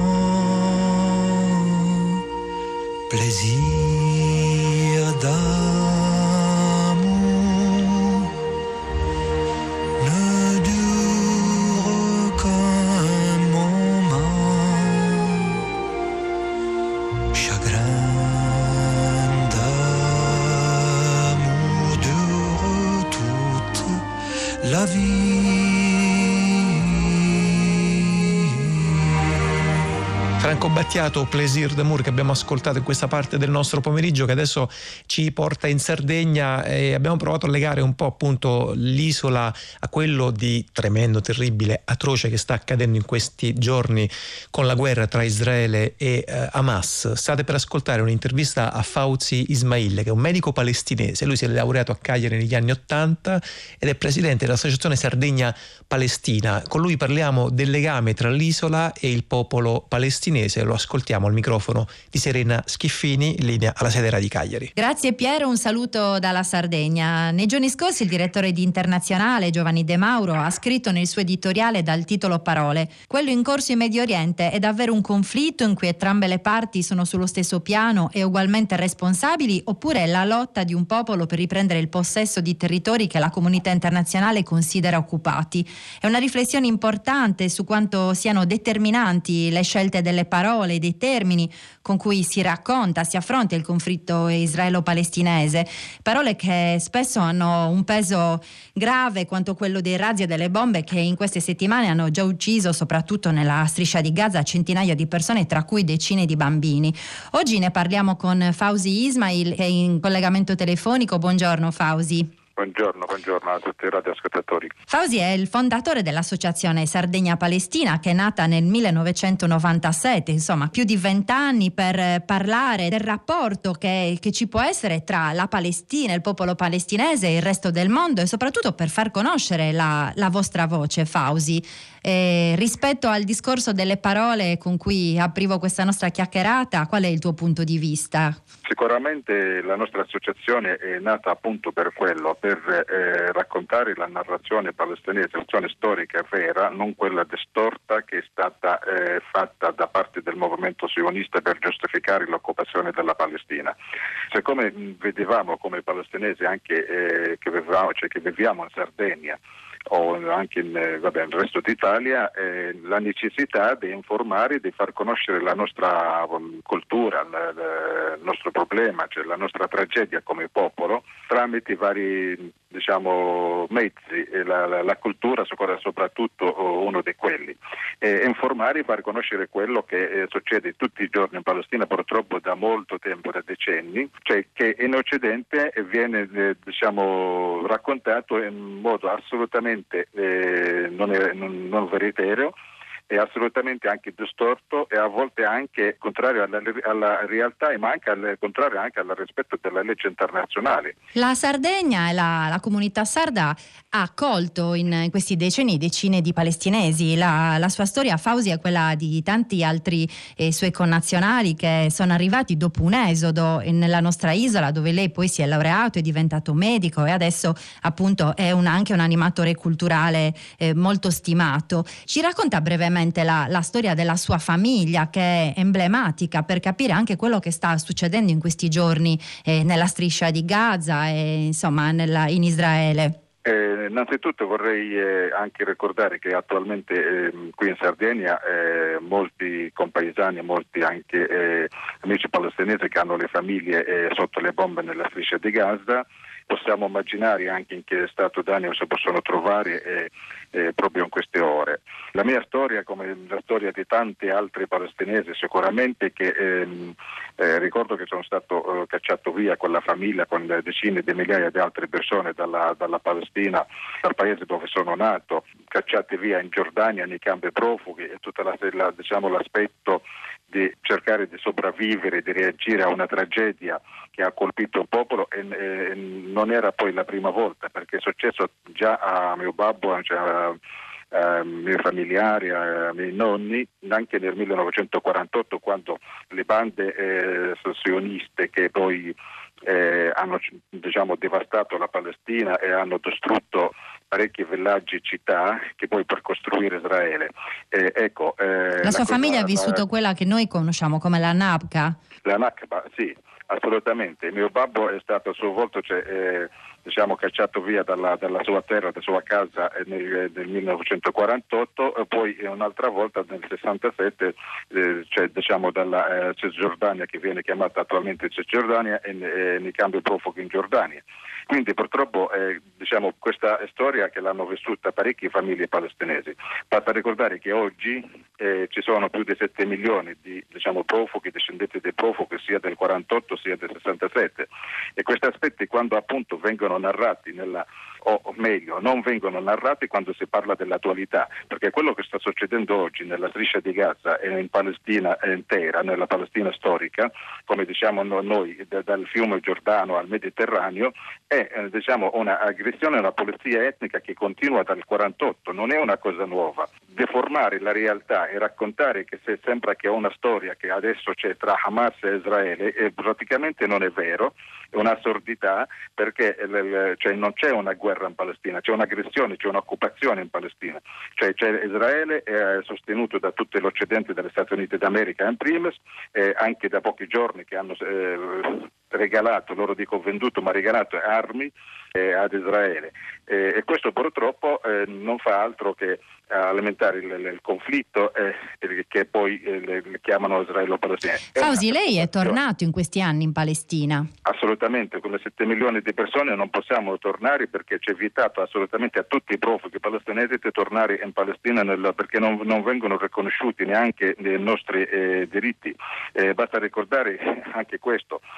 Plaisir d'amour ne dure qu'un moment. Chagrin d'amour dure toute la vie. Franco Battiato, Plaisir d'amour, che abbiamo ascoltato in questa parte del nostro pomeriggio, che adesso ci porta in Sardegna, e abbiamo provato a legare un po' appunto l'isola a quello di tremendo, terribile, atroce che sta accadendo in questi giorni con la guerra tra Israele e eh, Hamas. State per ascoltare un'intervista a Fauzi Ismail, che è un medico palestinese. Lui si è laureato a Cagliari negli anni Ottanta ed è presidente dell'Associazione Sardegna Palestina. Con lui parliamo del legame tra l'isola e il popolo palestinese. Lo ascoltiamo al microfono di Serena Schiffini, in linea alla sede di Cagliari. Grazie Piero, un saluto dalla Sardegna. Nei giorni scorsi il direttore di Internazionale Giovanni De Mauro ha scritto nel suo editoriale dal titolo Parole: quello in corso in Medio Oriente è davvero un conflitto in cui entrambe le parti sono sullo stesso piano e ugualmente responsabili, oppure è la lotta di un popolo per riprendere il possesso di territori che la comunità internazionale considera occupati? È una riflessione importante su quanto siano determinanti le scelte delle parole, dei termini con cui si racconta, si affronta il conflitto israelo-palestinese, parole che spesso hanno un peso grave quanto quello dei razzi e delle bombe che in queste settimane hanno già ucciso, soprattutto nella striscia di Gaza, centinaia di persone, tra cui decine di bambini. Oggi ne parliamo con Fauzi Ismail, che è in collegamento telefonico. Buongiorno Fauzi. Buongiorno, buongiorno a tutti i radioascoltatori. Fauzi è il fondatore dell'Associazione Sardegna Palestina, che è nata nel millenovecentonovantasette, insomma più di vent'anni per parlare del rapporto che, che ci può essere tra la Palestina, il popolo palestinese e il resto del mondo, e soprattutto per far conoscere la, la vostra voce, Fauzi. Eh, rispetto al discorso delle parole con cui aprivo questa nostra chiacchierata, qual è il tuo punto di vista? Sicuramente la nostra associazione è nata appunto per quello, per eh, raccontare la narrazione palestinese, la narrazione storica vera, non quella distorta che è stata eh, fatta da parte del movimento sionista per giustificare l'occupazione della Palestina. Siccome vedevamo come palestinesi anche eh, che, vivevamo, cioè che viviamo in Sardegna o anche in, eh, vabbè, nel resto d'Italia, eh, la necessità di informare, di far conoscere la nostra um, cultura, la, la, il nostro problema, cioè la nostra tragedia come popolo, tramite vari diciamo mezzi, e la, la, la cultura soprattutto uno di quelli, e informare e far conoscere quello che eh, succede tutti i giorni in Palestina, purtroppo da molto tempo, da decenni, cioè che in Occidente viene eh, diciamo raccontato in modo assolutamente eh, non, è, non, non veritiero, è assolutamente anche distorto e a volte anche contrario alla, alla realtà, ma anche al contrario anche al rispetto della legge internazionale. La Sardegna e la, la comunità sarda ha accolto in, in questi decenni decine di palestinesi. La, la sua storia, Fausi, è quella di tanti altri eh, suoi connazionali che sono arrivati dopo un esodo nella nostra isola, dove lei poi si è laureato, è diventato medico e adesso appunto è un, anche un animatore culturale eh, molto stimato. Ci racconta brevemente La, la storia della sua famiglia, che è emblematica per capire anche quello che sta succedendo in questi giorni eh, nella striscia di Gaza e insomma nella, in Israele. Eh, innanzitutto vorrei eh, anche ricordare che attualmente eh, qui in Sardegna eh, molti compaesani, molti anche eh, amici palestinesi che hanno le famiglie eh, sotto le bombe nella striscia di Gaza. Possiamo immaginare anche in che stato d'animo si possono trovare eh, eh, proprio in queste ore. La mia storia, come la storia di tanti altri palestinesi, sicuramente che ehm, eh, ricordo che sono stato eh, cacciato via con la famiglia, con decine di migliaia di altre persone dalla, dalla Palestina, dal paese dove sono nato, cacciati via in Giordania nei campi profughi, e tutto la, la, diciamo, l'aspetto di cercare di sopravvivere, di reagire a una tragedia che ha colpito il popolo, e, e non era poi la prima volta, perché è successo già a mio babbo, cioè a, a miei familiari, a miei nonni, anche nel millenovecentoquarantotto, quando le bande eh, sioniste che poi eh, hanno diciamo devastato la Palestina e hanno distrutto parecchi villaggi e città che poi per costruire Israele. Eh, ecco, eh, la sua la famiglia cosa, ha vissuto la, quella che noi conosciamo come la Nakba. La Nakba, sì, assolutamente. Il mio babbo è stato a suo volta cioè, eh, diciamo cacciato via dalla, dalla sua terra, dalla sua casa nel, nel millenovecentoquarantotto, e poi un'altra volta nel sessantasette, eh, cioè diciamo dalla eh, Cisgiordania, che viene chiamata attualmente Cisgiordania, e, e nei campi profughi in Giordania. Quindi purtroppo eh, diciamo questa storia che l'hanno vissuta parecchie famiglie palestinesi. Basta ricordare che oggi eh, ci sono più di sette milioni di diciamo profughi, discendenti dei profughi sia del quarantotto sia del sessantasette, e questi aspetti quando appunto vengono narrati nella, o meglio non vengono narrati quando si parla dell'attualità, perché quello che sta succedendo oggi nella striscia di Gaza e in Palestina intera, nella Palestina storica, come diciamo noi d- dal fiume Giordano al Mediterraneo, è eh, diciamo un'aggressione alla pulizia etnica che continua dal quarantotto, non è una cosa nuova. Deformare la realtà e raccontare che se sembra che è una storia che adesso c'è tra Hamas e Israele, e praticamente non è vero, è un'assurdità, perché l- cioè non c'è una guerra in Palestina, c'è un'aggressione, c'è un'occupazione in Palestina, cioè c'è Israele è sostenuto da tutto l'Occidente, dagli Stati Uniti d'America in primis, eh, anche da pochi giorni che hanno eh, regalato, loro dico venduto, ma regalato armi eh, ad Israele, eh, e questo purtroppo eh, non fa altro che alimentare il, il conflitto eh, che poi eh, le, le chiamano israelo-palestina. Fausi, lei è tornato in questi anni in Palestina? Assolutamente, come sette milioni di persone non possiamo tornare, perché c'è vietato assolutamente a tutti i profughi palestinesi di tornare in Palestina nel, perché non, non vengono riconosciuti neanche i nostri eh, diritti. Eh, basta ricordare anche questo, il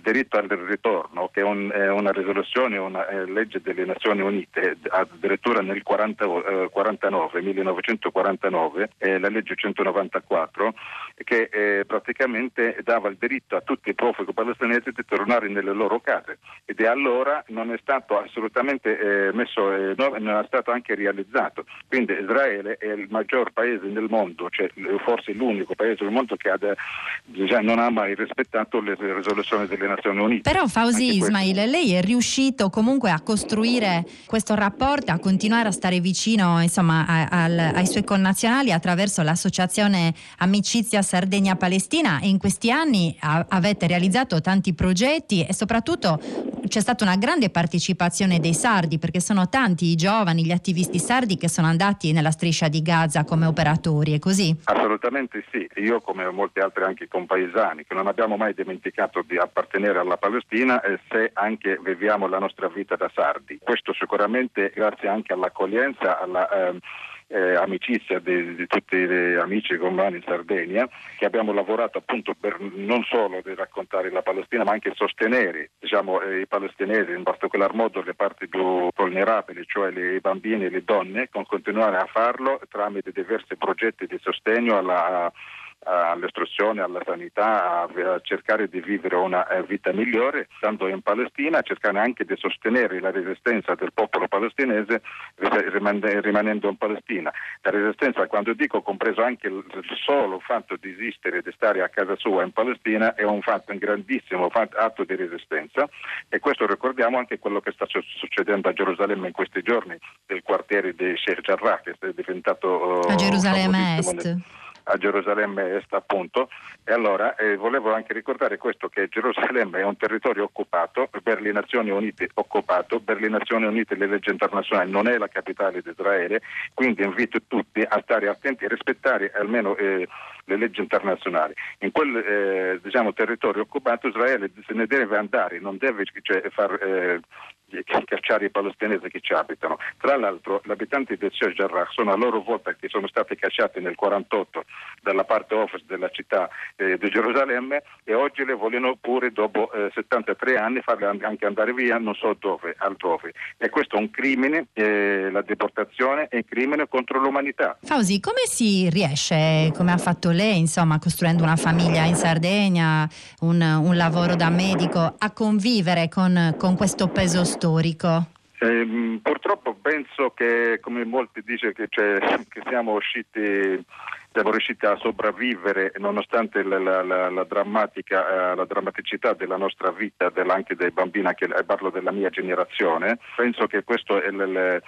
diritto al ritorno, che è, un, è una risoluzione, una è legge delle Nazioni Unite, addirittura nel quaranta, eh, quarantanove, millenovecentoquarantanove, eh, la legge centonovantaquattro, che eh, praticamente dava il diritto a tutti i profughi palestinesi di tornare nelle loro case, ed è allora non è stato assolutamente eh, messo, eh, non è stato anche realizzato. Quindi Israele è il maggior paese nel mondo, cioè forse l'unico paese del mondo che ha, diciamo, non ha mai rispettato le risoluzioni delle Nazioni Unite. Però Fauzi Ismail, lei è riuscito comunque a costruire questo rapporto, a continuare a stare vicino, insomma, a, a, ai suoi connazionali attraverso l'associazione Amicizia Sardegna-Palestina, e in questi anni a, avete realizzato tanti progetti e soprattutto c'è stata una grande partecipazione dei sardi, perché sono tanti i giovani, gli attivisti sardi che sono andati nella striscia di Gaza come operatori, è così? Assolutamente sì, io come molti altri anche compaesani che non abbiamo mai dimenticato di appartenere alla Palestina, eh, se anche viviamo la nostra vita da sardi. Questo sicuramente grazie anche all'accoglienza, alla eh, Eh, amicizia di, di tutti gli amici compagni in Sardegna, che abbiamo lavorato appunto per non solo di raccontare la Palestina, ma anche sostenere, diciamo, eh, i palestinesi, in particolar modo le parti più vulnerabili, cioè le, i bambini e le donne, con continuare a farlo tramite diversi progetti di sostegno alla all'istruzione, alla sanità, a, a cercare di vivere una eh, vita migliore stando in Palestina, a cercare anche di sostenere la resistenza del popolo palestinese rimane, rimanendo in Palestina. La resistenza, quando dico, compreso anche il, il solo fatto di esistere, di stare a casa sua in Palestina, è un fatto, un grandissimo fatto, atto di resistenza, e questo ricordiamo anche quello che sta succedendo a Gerusalemme in questi giorni, del quartiere di Sheikh Jarrah, che è diventato uh, a Gerusalemme Est. a Gerusalemme Est, appunto. E allora eh, volevo anche ricordare questo, che Gerusalemme è un territorio occupato per le Nazioni Unite, occupato per le Nazioni Unite, le leggi internazionali, non è la capitale di Israele, quindi invito tutti a stare attenti e rispettare almeno eh, le leggi internazionali. In quel eh, diciamo territorio occupato Israele se ne deve andare, non deve, cioè, far eh, cacciare i palestinesi che ci abitano. Tra l'altro gli abitanti del Sheikh Jarrah sono a loro volta che sono stati cacciati nel quarantotto dalla parte ovest della città eh, di Gerusalemme, e oggi le vogliono pure dopo eh, settantatré anni farle anche andare via non so dove, altrove. E questo è un crimine, eh, la deportazione è un crimine contro l'umanità. Fauzi, come si riesce, come ha fatto lei, insomma, costruendo una famiglia in Sardegna, un, un lavoro da medico, a convivere con, con questo peso storico? Eh, purtroppo penso che, come molti dicono, che, cioè, che siamo usciti siamo riusciti a sopravvivere nonostante la, la, la, la drammatica eh, la drammaticità della nostra vita, della, anche dei bambini, anche parlo della mia generazione. Penso che questo è il, il,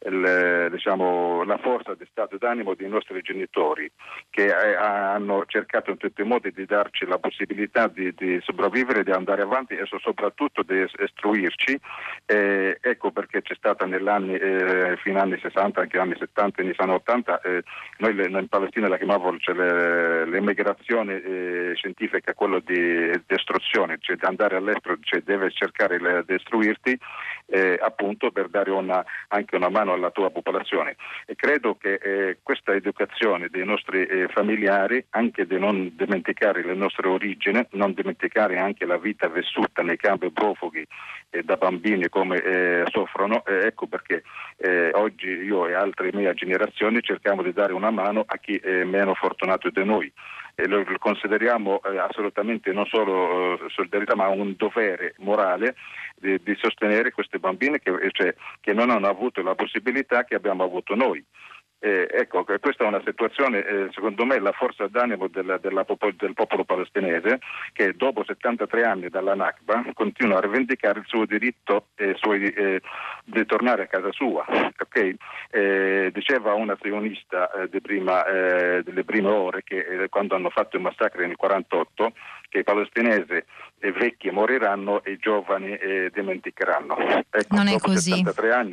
il, diciamo, la forza di stato d'animo dei nostri genitori, che eh, hanno cercato in tutti i modi di darci la possibilità di, di sopravvivere, di andare avanti e soprattutto di istruirci. Eh, ecco perché c'è stata negli anni eh, fino agli anni sessanta, anche anni settanta, negli anni ottanta, eh, noi in Palestina la chiamavo cioè, l'emigrazione eh, scientifica, quello di, di istruzione, cioè di andare all'estero, cioè deve cercare le, di istruirti eh, appunto per dare una, anche una mano alla tua popolazione. E credo che eh, questa educazione dei nostri eh, familiari, anche di non dimenticare le nostre origini, non dimenticare anche la vita vissuta nei campi profughi eh, da bambini come eh, soffrono, eh, ecco perché eh, oggi io e altre mie generazioni cerchiamo di dare una mano a chi è meno fortunato di noi. E lo consideriamo eh, assolutamente non solo eh, solidarietà, ma un dovere morale di, di sostenere questi bambini che, cioè, che non hanno avuto la possibilità che abbiamo avuto noi. Eh, ecco, questa è una situazione, eh, secondo me, la forza d'animo del, della popolo, del popolo palestinese, che dopo settantatré anni dalla Nakba continua a rivendicare il suo diritto eh, suoi, eh, di tornare a casa sua. Okay? Eh, diceva una sionista eh, di prima, eh, delle prime ore che eh, quando hanno fatto il massacro nel quarantotto, che i palestinesi eh, vecchi moriranno e i giovani eh, dimenticheranno. Ecco, non è dopo così. settantatré anni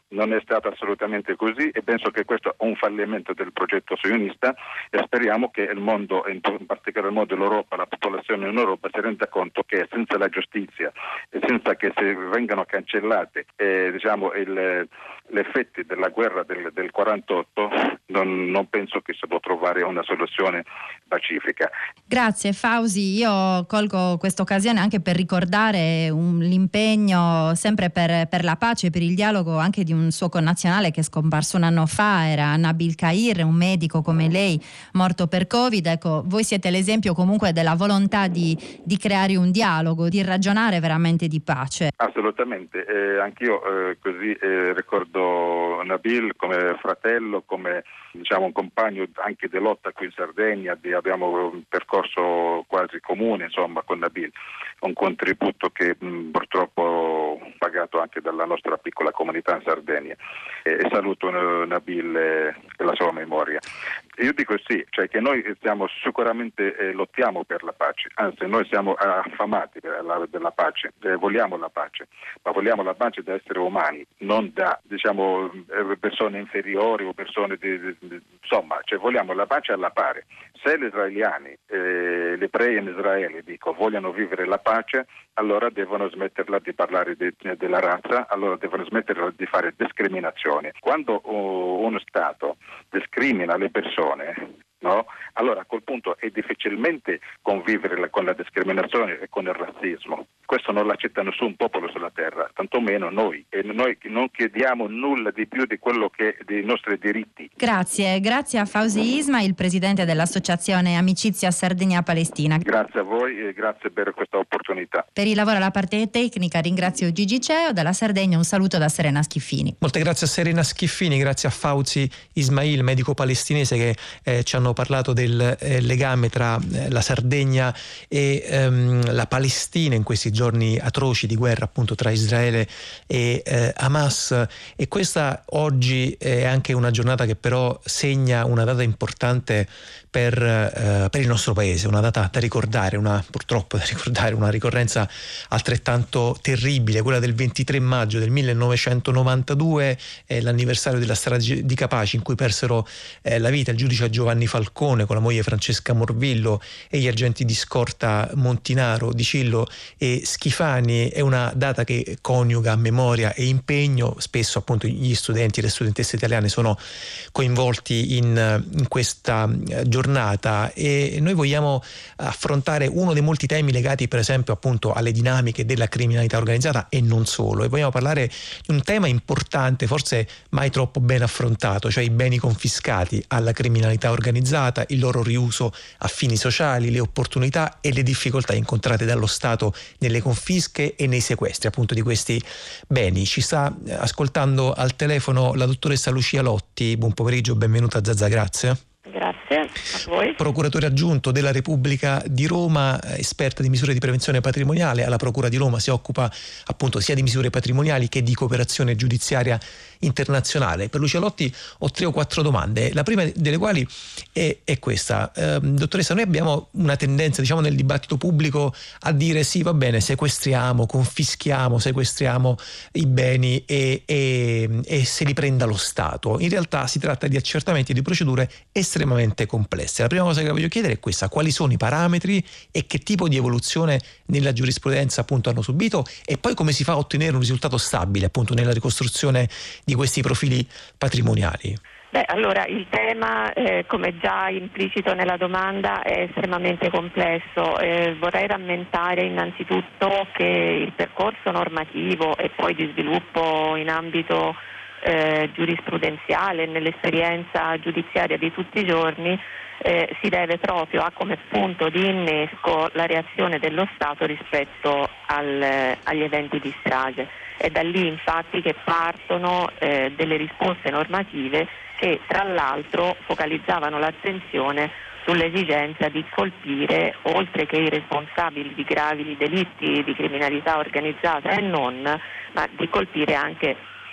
non è stato assolutamente così e penso che questo è un fallimento del progetto sionista e speriamo che il mondo, in particolar modo l'Europa, la popolazione in Europa si renda conto che senza la giustizia e senza che si vengano cancellate eh, diciamo il, gli effetti della guerra del, del quarantotto non, non penso che si può trovare una soluzione pacifica. Grazie Fausi, io colgo questa occasione anche per ricordare un, l'impegno sempre per, per la pace, per il dialogo anche di un suo connazionale che è scomparso un anno fa, era Nabil Kair, un medico come lei morto per Covid. Ecco, voi siete l'esempio comunque della volontà di, di creare un dialogo, di ragionare veramente di pace. Assolutamente, eh, anch'io eh, così eh, ricordo Nabil come fratello, come diciamo un compagno anche di lotta qui in Sardegna, di, abbiamo un percorso quasi comune insomma con Nabil, un contributo che mh, purtroppo pagato anche dalla nostra piccola comunità in Sardegna e, e saluto uh, Nabil e, e la sua memoria. Io dico sì, cioè che noi stiamo sicuramente eh, lottiamo per la pace, anzi noi siamo affamati della, della pace, eh, vogliamo la pace, ma vogliamo la pace da esseri umani, non da diciamo eh, persone inferiori o persone di, di, di, insomma, cioè vogliamo la pace alla pari. Se gli israeliani, eh, gli ebrei in Israele dico vogliono vivere la pace, allora devono smetterla di parlare di, della razza, allora devono smetterla di fare discriminazione. Quando uh, uno Stato discrimina le persone, no? Allora a quel punto è difficilmente convivere la, con la discriminazione e con il razzismo. Questo non l'accetta nessun popolo sulla terra, tantomeno noi, e noi non chiediamo nulla di più di quello che dei nostri diritti. Grazie, grazie a Fauzi Isma, il presidente dell'associazione Amicizia Sardegna-Palestina. Grazie a voi e grazie per questa opportunità. Per il lavoro alla parte tecnica ringrazio Gigi Ceo, dalla Sardegna un saluto da Serena Schiffini. Molte grazie a Serena Schiffini, grazie a Fauzi Ismail, medico palestinese, che eh, ci hanno parlato del eh, legame tra eh, la Sardegna e ehm, la Palestina in questi giorni atroci di guerra appunto tra Israele e eh, Hamas. E questa oggi è anche una giornata che però segna una data importante per, eh, per il nostro paese, una data da ricordare, una purtroppo da ricordare, una ricorrenza altrettanto terribile, quella del ventitré maggio del millenovecentonovantadue, eh, l'anniversario della strage di Capaci in cui persero eh, la vita il giudice Giovanni Falcone con la moglie Francesca Morvillo e gli agenti di scorta Montinaro, Dicillo e Schifani. È una data che coniuga memoria e impegno, spesso appunto gli studenti e le studentesse italiane sono coinvolti in, in questa giornata e noi vogliamo affrontare uno dei molti temi legati per esempio appunto alle dinamiche della criminalità organizzata e non solo, e vogliamo parlare di un tema importante, forse mai troppo ben affrontato, cioè i beni confiscati alla criminalità organizzata, il loro riuso a fini sociali, le opportunità e le difficoltà incontrate dallo Stato nelle confische e nei sequestri appunto di questi beni. Ci sta ascoltando al telefono la dottoressa Lucia Lotti. Buon pomeriggio, benvenuta a Zazà, grazie. Grazie a voi. Procuratore aggiunto della Repubblica di Roma, esperta di misure di prevenzione patrimoniale. Alla Procura di Roma si occupa appunto sia di misure patrimoniali che di cooperazione giudiziaria internazionale. Per Lucia Lotti ho tre o quattro domande, la prima delle quali è, è questa. Eh, dottoressa, noi abbiamo una tendenza, diciamo, nel dibattito pubblico a dire sì, va bene, sequestriamo, confischiamo, sequestriamo i beni e, e, e se li prenda lo Stato. In realtà si tratta di accertamenti e di procedure estremamente complesse. La prima cosa che la voglio chiedere è questa: quali sono i parametri e che tipo di evoluzione nella giurisprudenza appunto hanno subito, e poi come si fa a ottenere un risultato stabile appunto nella ricostruzione di questi profili patrimoniali? Beh, allora il tema, eh, come già implicito nella domanda, è estremamente complesso. Eh, vorrei rammentare innanzitutto che il percorso normativo e poi di sviluppo in ambito eh, giurisprudenziale, nell'esperienza giudiziaria di tutti i giorni, eh, si deve proprio a come punto di innesco la reazione dello Stato rispetto al, agli eventi di strage. È da lì infatti che partono eh, delle risposte normative che tra l'altro focalizzavano l'attenzione sull'esigenza di colpire, oltre che i responsabili di gravi delitti di criminalità organizzata e non, ma di colpire anche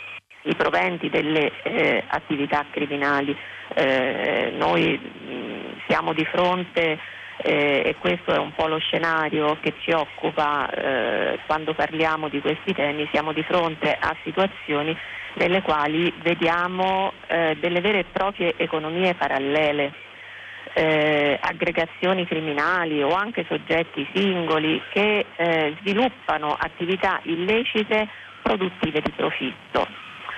i proventi delle eh, attività criminali. Eh, noi mh, siamo di fronte eh, e questo è un po' lo scenario che ci occupa eh, quando parliamo di questi temi. Siamo di fronte a situazioni nelle quali vediamo eh, delle vere e proprie economie parallele, eh, aggregazioni criminali o anche soggetti singoli che eh, sviluppano attività illecite produttive di profitto.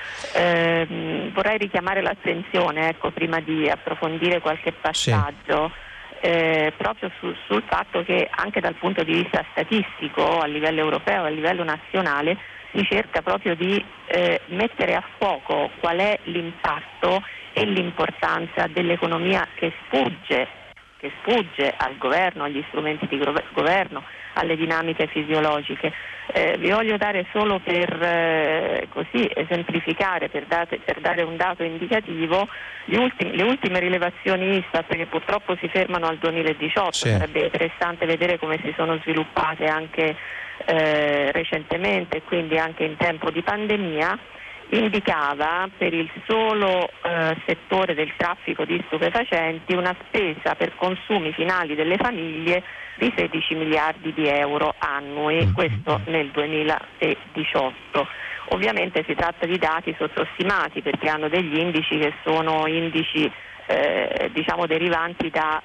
Eh, vorrei richiamare l'attenzione, ecco, prima di approfondire qualche passaggio, sì. eh, proprio su, sul fatto che anche dal punto di vista statistico, a livello europeo, a livello nazionale, si cerca proprio di eh, mettere a fuoco qual è l'impatto e l'importanza dell'economia che sfugge, che sfugge al governo, agli strumenti di governo, alle dinamiche fisiologiche. Eh, vi voglio dare solo per eh, così esemplificare, per, date, per dare un dato indicativo, gli ultimi, le ultime rilevazioni Istat, che purtroppo si fermano al duemiladiciotto, sì. Sarebbe interessante vedere come si sono sviluppate anche eh, recentemente, quindi anche in tempo di pandemia, indicava per il solo eh, settore del traffico di stupefacenti una spesa per consumi finali delle famiglie di sedici miliardi di euro annui, questo nel duemiladiciotto. Ovviamente si tratta di dati sottostimati perché hanno degli indici che sono indici eh, diciamo derivanti da,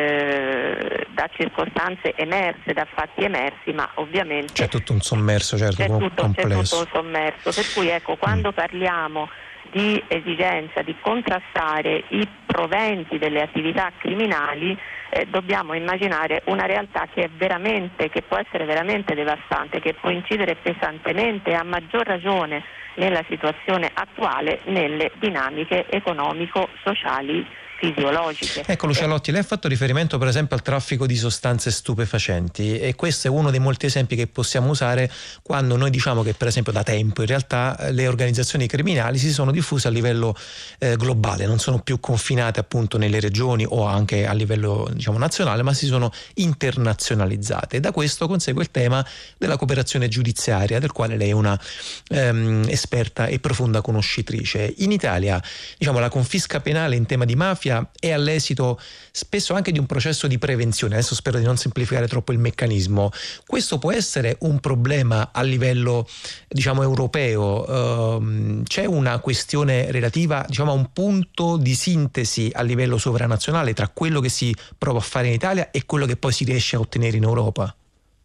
eh, da circostanze emerse, da fatti emersi, ma ovviamente c'è tutto un sommerso, certo, c'è tutto, complesso. C'è tutto un sommerso, per cui ecco, quando mm. parliamo di esigenza di contrastare i proventi delle attività criminali, eh, dobbiamo immaginare una realtà che è veramente, che può essere veramente devastante, che può incidere pesantemente, a maggior ragione nella situazione attuale, nelle dinamiche economico-sociali fisiologiche. Ecco Lucia Lotti, lei ha fatto riferimento per esempio al traffico di sostanze stupefacenti e questo è uno dei molti esempi che possiamo usare quando noi diciamo che per esempio da tempo in realtà le organizzazioni criminali si sono diffuse a livello eh, globale, non sono più confinate appunto nelle regioni o anche a livello diciamo nazionale, ma si sono internazionalizzate. E da questo consegue il tema della cooperazione giudiziaria, del quale lei è una ehm, esperta e profonda conoscitrice. In Italia diciamo la confisca penale in tema di mafia è all'esito spesso anche di un processo di prevenzione. Adesso spero di non semplificare troppo il meccanismo. Questo può essere un problema a livello diciamo europeo. Uh, c'è una questione relativa diciamo a un punto di sintesi a livello sovranazionale tra quello che si prova a fare in Italia e quello che poi si riesce a ottenere in Europa?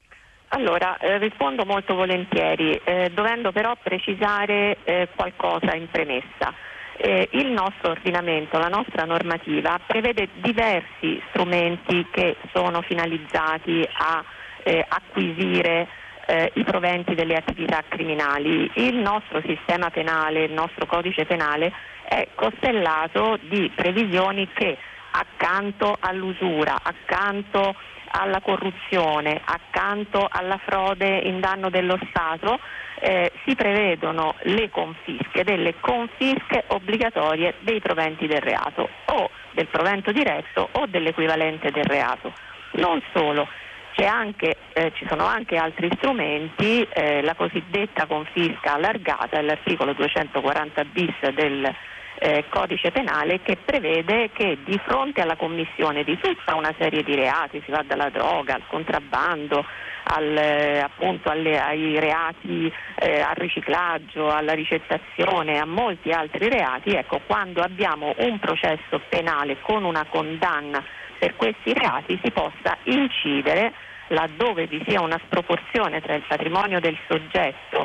Allora, eh, rispondo molto volentieri, eh, dovendo però precisare eh, qualcosa in premessa. Eh, il nostro ordinamento, la nostra normativa prevede diversi strumenti che sono finalizzati a eh, acquisire eh, i proventi delle attività criminali. Il nostro sistema penale, il nostro codice penale è costellato di previsioni che accanto all'usura, accanto alla corruzione, accanto alla frode in danno dello Stato, Eh, si prevedono le confische, delle confische obbligatorie dei proventi del reato, o del provento diretto o dell'equivalente del reato. Non solo, c'è anche, eh, ci sono anche altri strumenti, eh, la cosiddetta confisca allargata, l'articolo duecentoquaranta bis del eh, codice penale, che prevede che di fronte alla commissione di tutta una serie di reati, si va dalla droga al contrabbando, Al, appunto alle, ai reati, eh, al riciclaggio, alla ricettazione, a molti altri reati, ecco, quando abbiamo un processo penale con una condanna per questi reati si possa incidere, laddove vi sia una sproporzione tra il patrimonio del soggetto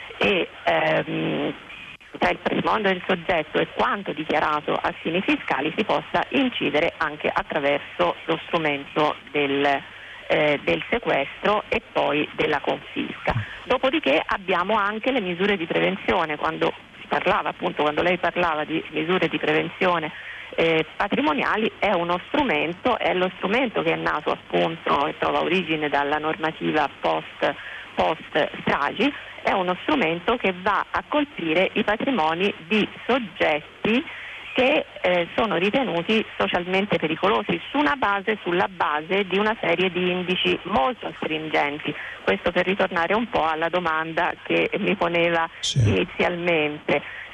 e ehm, tra il patrimonio del soggetto e quanto dichiarato a fini fiscali, si possa incidere anche attraverso lo strumento del Eh, del sequestro e poi della confisca. Dopodiché abbiamo anche le misure di prevenzione. Quando si parlava, appunto, quando lei parlava di misure di prevenzione eh, patrimoniali, è uno strumento, è lo strumento che è nato appunto e trova origine dalla normativa post, post stragi, è uno strumento che va a colpire i patrimoni di soggetti che eh, sono ritenuti socialmente pericolosi su una base, sulla base di una serie di indici molto stringenti. Questo per ritornare un po' alla domanda che mi poneva sì. inizialmente.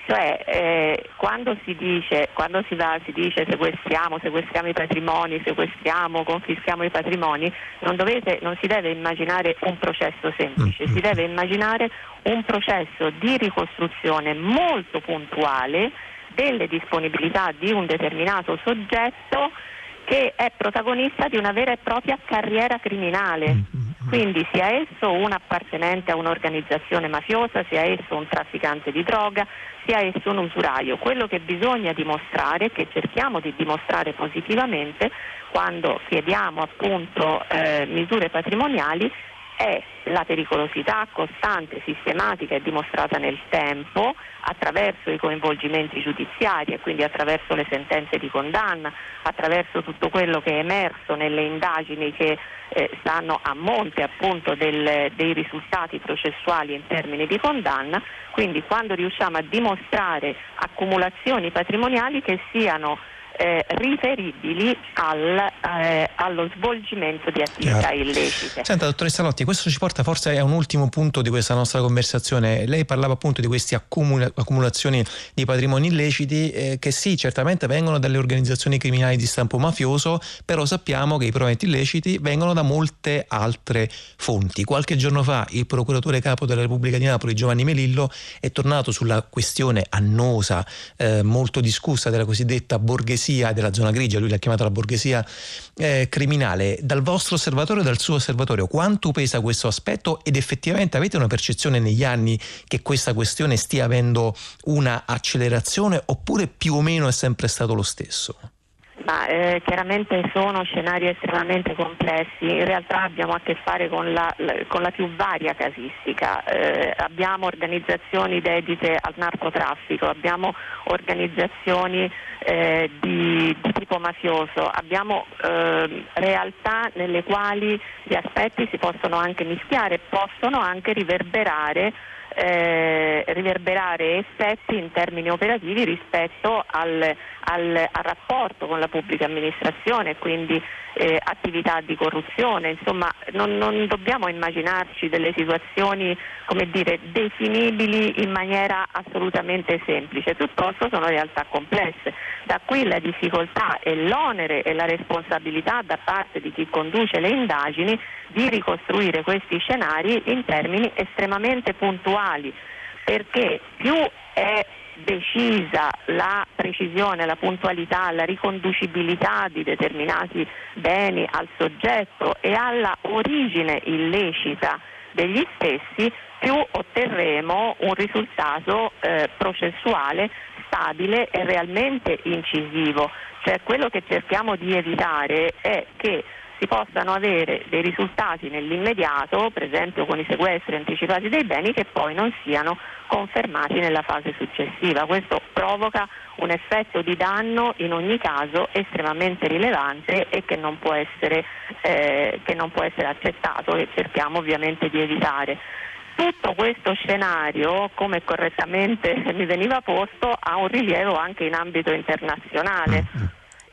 Cioè eh, quando si dice, quando si va, si dice sequestriamo, sequestriamo i patrimoni, sequestriamo, confischiamo i patrimoni, non dovete, non si deve immaginare un processo semplice, si deve immaginare un processo di ricostruzione molto puntuale delle disponibilità di un determinato soggetto che è protagonista di una vera e propria carriera criminale. Quindi sia esso un appartenente a un'organizzazione mafiosa, sia esso un trafficante di droga, sia esso un usuraio. Quello che bisogna dimostrare, che cerchiamo di dimostrare positivamente quando chiediamo appunto eh, misure patrimoniali, è la pericolosità costante, sistematica e dimostrata nel tempo attraverso i coinvolgimenti giudiziari e quindi attraverso le sentenze di condanna, attraverso tutto quello che è emerso nelle indagini che eh, stanno a monte appunto del, dei risultati processuali in termini di condanna. Quindi quando riusciamo a dimostrare accumulazioni patrimoniali che siano Eh, riferibili al, eh, allo svolgimento di attività Chiaro. illecite. Senta, dottoressa Lotti, questo ci porta forse a un ultimo punto di questa nostra conversazione. Lei parlava appunto di queste accumula- accumulazioni di patrimoni illeciti eh, che sì, certamente vengono dalle organizzazioni criminali di stampo mafioso, però sappiamo che i proventi illeciti vengono da molte altre fonti. Qualche giorno fa il procuratore capo della Repubblica di Napoli, Giovanni Melillo, è tornato sulla questione annosa, eh, molto discussa della cosiddetta borghesia della zona grigia, lui l'ha chiamata la borghesia eh, criminale. Dal vostro osservatorio, dal suo osservatorio, quanto pesa questo aspetto ed effettivamente avete una percezione negli anni che questa questione stia avendo una accelerazione oppure più o meno è sempre stato lo stesso? Ma eh, chiaramente sono scenari estremamente complessi, in realtà abbiamo a che fare con la, con la più varia casistica, eh, abbiamo organizzazioni dedite al narcotraffico, abbiamo organizzazioni eh, di, di tipo mafioso, abbiamo eh, realtà nelle quali gli aspetti si possono anche mischiare, possono anche riverberare Eh, riverberare effetti in termini operativi rispetto al, al, al rapporto con la pubblica amministrazione, quindi eh, attività di corruzione. Insomma, non, non dobbiamo immaginarci delle situazioni, come dire, definibili in maniera assolutamente semplice, piuttosto sono realtà complesse. Da qui la difficoltà e l'onere e la responsabilità da parte di chi conduce le indagini di ricostruire questi scenari in termini estremamente puntuali, perché più è decisa la precisione, la puntualità, la riconducibilità di determinati beni al soggetto e alla origine illecita degli stessi, più otterremo un risultato eh, processuale stabile e realmente incisivo. Cioè, quello che cerchiamo di evitare è che si possano avere dei risultati nell'immediato, per esempio con i sequestri anticipati dei beni, che poi non siano confermati nella fase successiva. Questo provoca un effetto di danno in ogni caso estremamente rilevante e che non può essere, eh, che non può essere accettato e cerchiamo ovviamente di evitare. Tutto questo scenario, come correttamente mi veniva posto, ha un rilievo anche in ambito internazionale.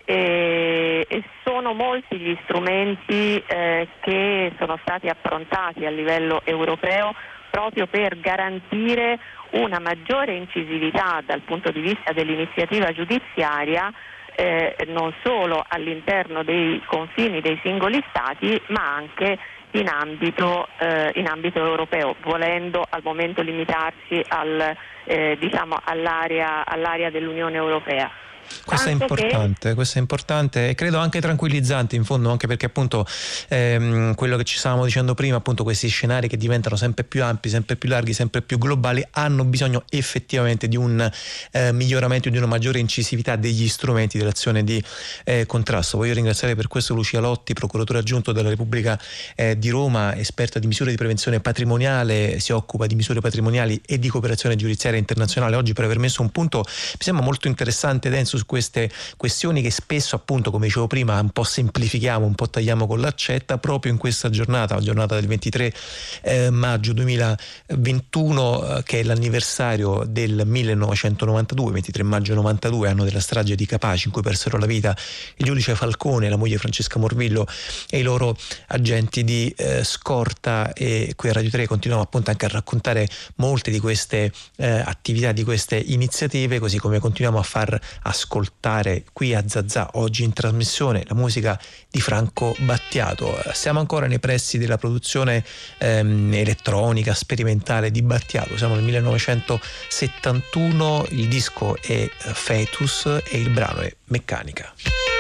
E, e sono molti gli strumenti eh, che sono stati approntati a livello europeo proprio per garantire una maggiore incisività dal punto di vista dell'iniziativa giudiziaria, eh, non solo all'interno dei confini dei singoli stati, ma anche in ambito, eh, in ambito europeo, volendo al momento limitarsi al, eh, diciamo all'area, all'area dell'Unione Europea. Questo è importante, che... questo è importante e credo anche tranquillizzante in fondo, anche perché appunto ehm, quello che ci stavamo dicendo prima, appunto questi scenari che diventano sempre più ampi, sempre più larghi, sempre più globali, hanno bisogno effettivamente di un eh, miglioramento, di una maggiore incisività degli strumenti dell'azione di eh, contrasto. Voglio ringraziare per questo Lucia Lotti, procuratore aggiunto della Repubblica eh, di Roma, esperta di misure di prevenzione patrimoniale, si occupa di misure patrimoniali e di cooperazione giudiziaria internazionale, oggi per aver messo un punto mi sembra molto interessante e denso consenso su queste questioni che spesso, appunto, come dicevo prima, un po' semplifichiamo, un po' tagliamo con l'accetta, proprio in questa giornata, la giornata del ventitré eh, maggio duemilaventuno, eh, che è l'anniversario del millenovecentonovantadue, ventitré maggio novantadue, anno della strage di Capaci, in cui persero la vita il giudice Falcone, la moglie Francesca Morvillo e i loro agenti di eh, scorta. E qui a Radio tre continuiamo appunto anche a raccontare molte di queste eh, attività, di queste iniziative, così come continuiamo a far ascoltare qui a Zazà oggi in trasmissione la musica di Franco Battiato. Siamo ancora nei pressi della produzione ehm, elettronica sperimentale di Battiato, siamo nel millenovecentosettantuno, il disco è Fetus e il brano è Meccanica.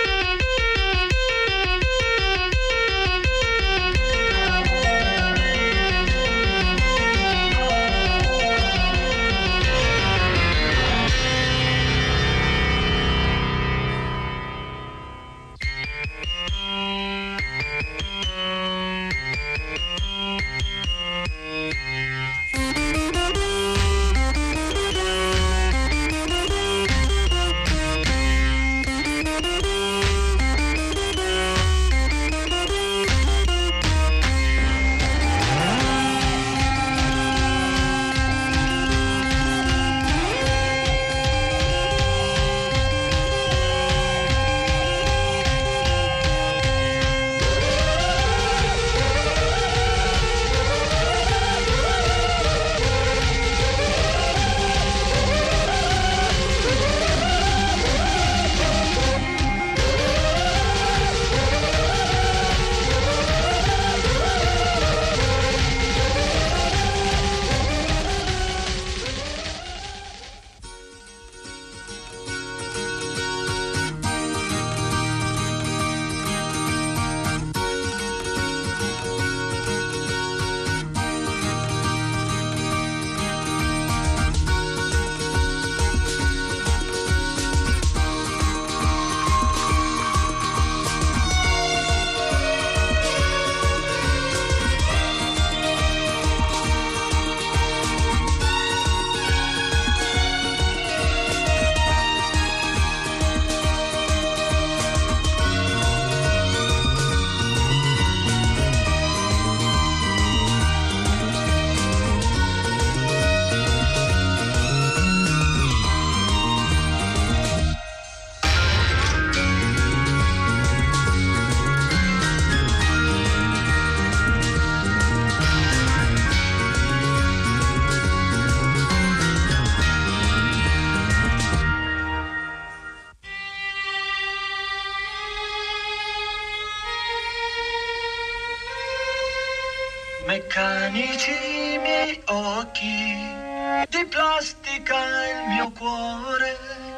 Meccanici i miei occhi, di plastica il mio cuore,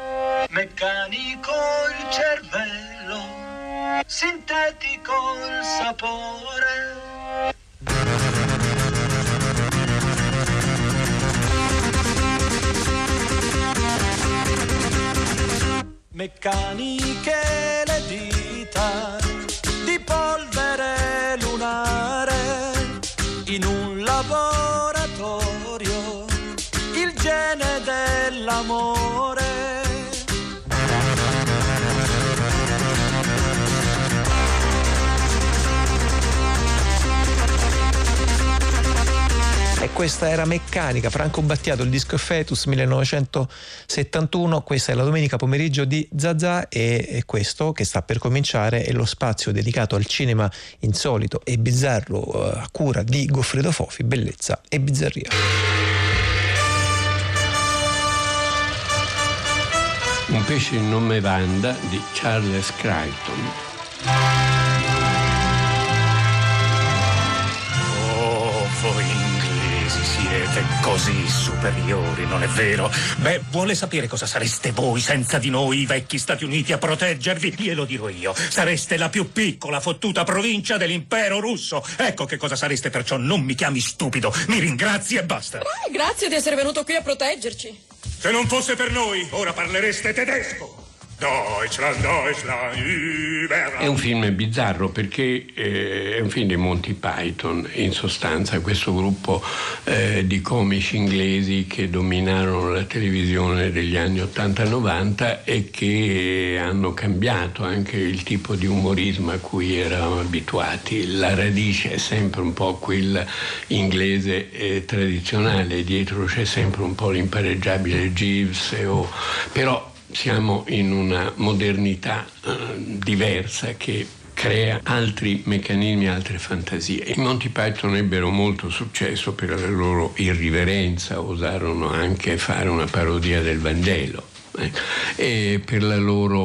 meccanico il cervello, sintetico il sapore. Meccaniche le dita di polvere lunare, in un laboratorio il gene dell'amore. E questa era Meccanica, Franco Battiato, il disco Fetus millenovecentosettantuno. Questa è la domenica pomeriggio di Zazà e questo che sta per cominciare è lo spazio dedicato al cinema insolito e bizzarro a cura di Goffredo Fofi, Bellezza e Bizzarria. Un pesce in nome Wanda di Charles Crichton. Oh, voi inglesi siete così superiori, non è vero? Beh, vuole sapere cosa sareste voi senza di noi, i vecchi Stati Uniti, a proteggervi? Glielo dirò io. Sareste la più piccola, fottuta provincia dell'impero russo. Ecco che cosa sareste, perciò non mi chiami stupido. Mi ringrazi e basta. Eh, grazie di essere venuto qui a proteggerci. Se non fosse per noi, ora parlereste tedesco. Deutschland, Deutschland, über... È un film bizzarro perché eh, è un film di Monty Python, in sostanza questo gruppo eh, di comici inglesi che dominarono la televisione degli anni ottanta novanta e che hanno cambiato anche il tipo di umorismo a cui eravamo abituati. La radice è sempre un po' quella inglese eh, tradizionale, dietro c'è sempre un po' l'impareggiabile Jeeves, o... però siamo in una modernità eh, diversa che crea altri meccanismi, altre fantasie. I Monty Python ebbero molto successo per la loro irriverenza, osarono anche fare una parodia del Vangelo, eh, e per la loro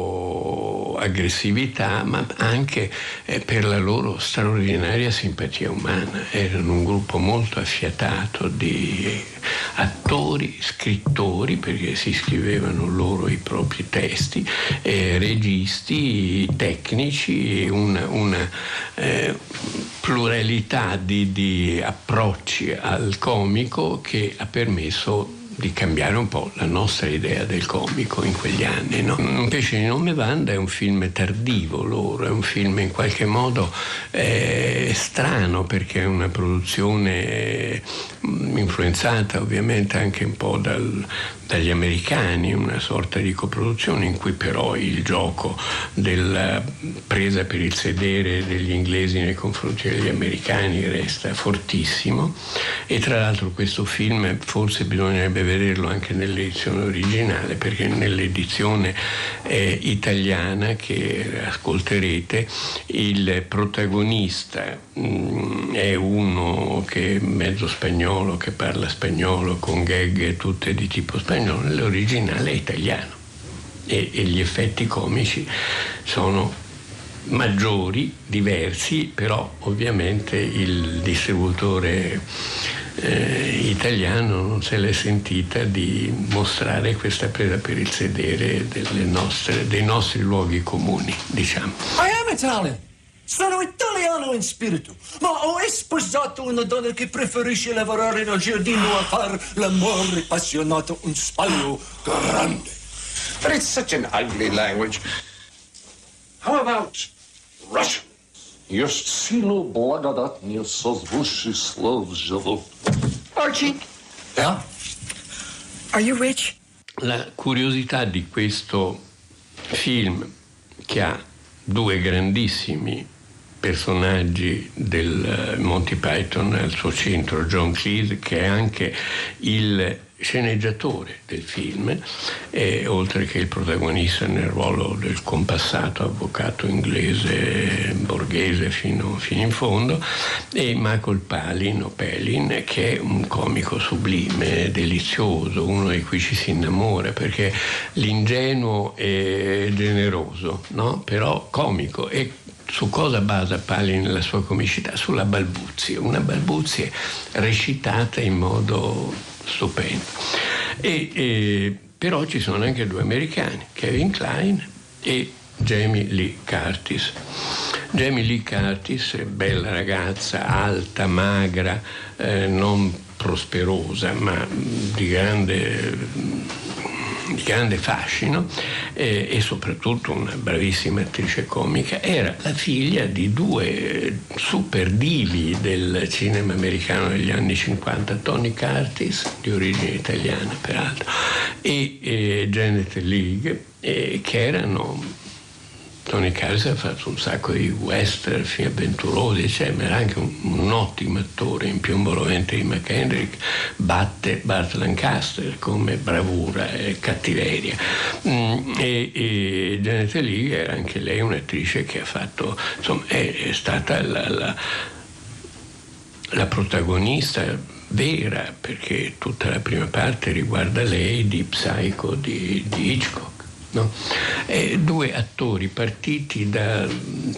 oh, aggressività, ma anche eh, per la loro straordinaria simpatia umana. Erano un gruppo molto affiatato di attori, scrittori, perché si scrivevano loro i propri testi, eh, registi, tecnici, una, una eh, pluralità di, di approcci al comico che ha permesso di cambiare un po' la nostra idea del comico in quegli anni, no? Un pesce di nome Wanda è un film tardivo loro, è un film in qualche modo eh, strano, perché è una produzione eh, influenzata ovviamente anche un po' dal, dagli americani, una sorta di coproduzione in cui però il gioco della presa per il sedere degli inglesi nei confronti degli americani resta fortissimo. E tra l'altro questo film forse bisognerebbe vederlo anche nell'edizione originale, perché nell'edizione eh, italiana che ascolterete il protagonista mh, è uno che è mezzo spagnolo, che parla spagnolo con gag tutte di tipo spagnolo, l'originale è italiano e, e gli effetti comici sono maggiori, diversi, però ovviamente il distributore eh, italiano non se l'è sentita di mostrare questa presa per il sedere delle nostre, dei nostri luoghi comuni, diciamo. I am Italian. Sono italiano in spirito, ma ho sposato una donna che preferisce lavorare nel giardino a far l'amore appassionato, un spaglio grande. But it's such an ugly language. How about Russian? Я ж сильно благодатнее созвучий слов живу. Archie? Yeah? Are you rich? La curiosità di questo film, che ha due grandissimi personaggi del Monty Python al suo centro, John Cleese, che è anche il sceneggiatore del film, e oltre che il protagonista nel ruolo del compassato avvocato inglese borghese fino, fino in fondo, e Michael Palin o Palin, che è un comico sublime, delizioso, uno di cui ci si innamora, perché l'ingenuo è generoso, no? Però comico. E su cosa basa Palin la sua comicità? Sulla balbuzie, una balbuzie recitata in modo stupendo. E, e, però ci sono anche due americani, Kevin Kline e Jamie Lee Curtis. Jamie Lee Curtis è bella ragazza, alta, magra, eh, non prosperosa, ma di grande di grande fascino, eh, e soprattutto una bravissima attrice comica. Era la figlia di due super divi del cinema americano degli anni cinquanta, Tony Curtis, di origine italiana peraltro, e, e Janet Leigh, eh, che erano... Tony Curtis ha fatto un sacco di western, film avventurosi, cioè, ma era anche un, un ottimo attore. In Piombo rovente di McKendrick batte Burt Lancaster come bravura e cattiveria. Mm, e, e Janet Leigh era anche lei un'attrice che ha fatto, insomma, è, è stata la, la, la protagonista vera, perché tutta la prima parte riguarda lei, di Psycho di, di Hitchcock. No? E due attori partiti da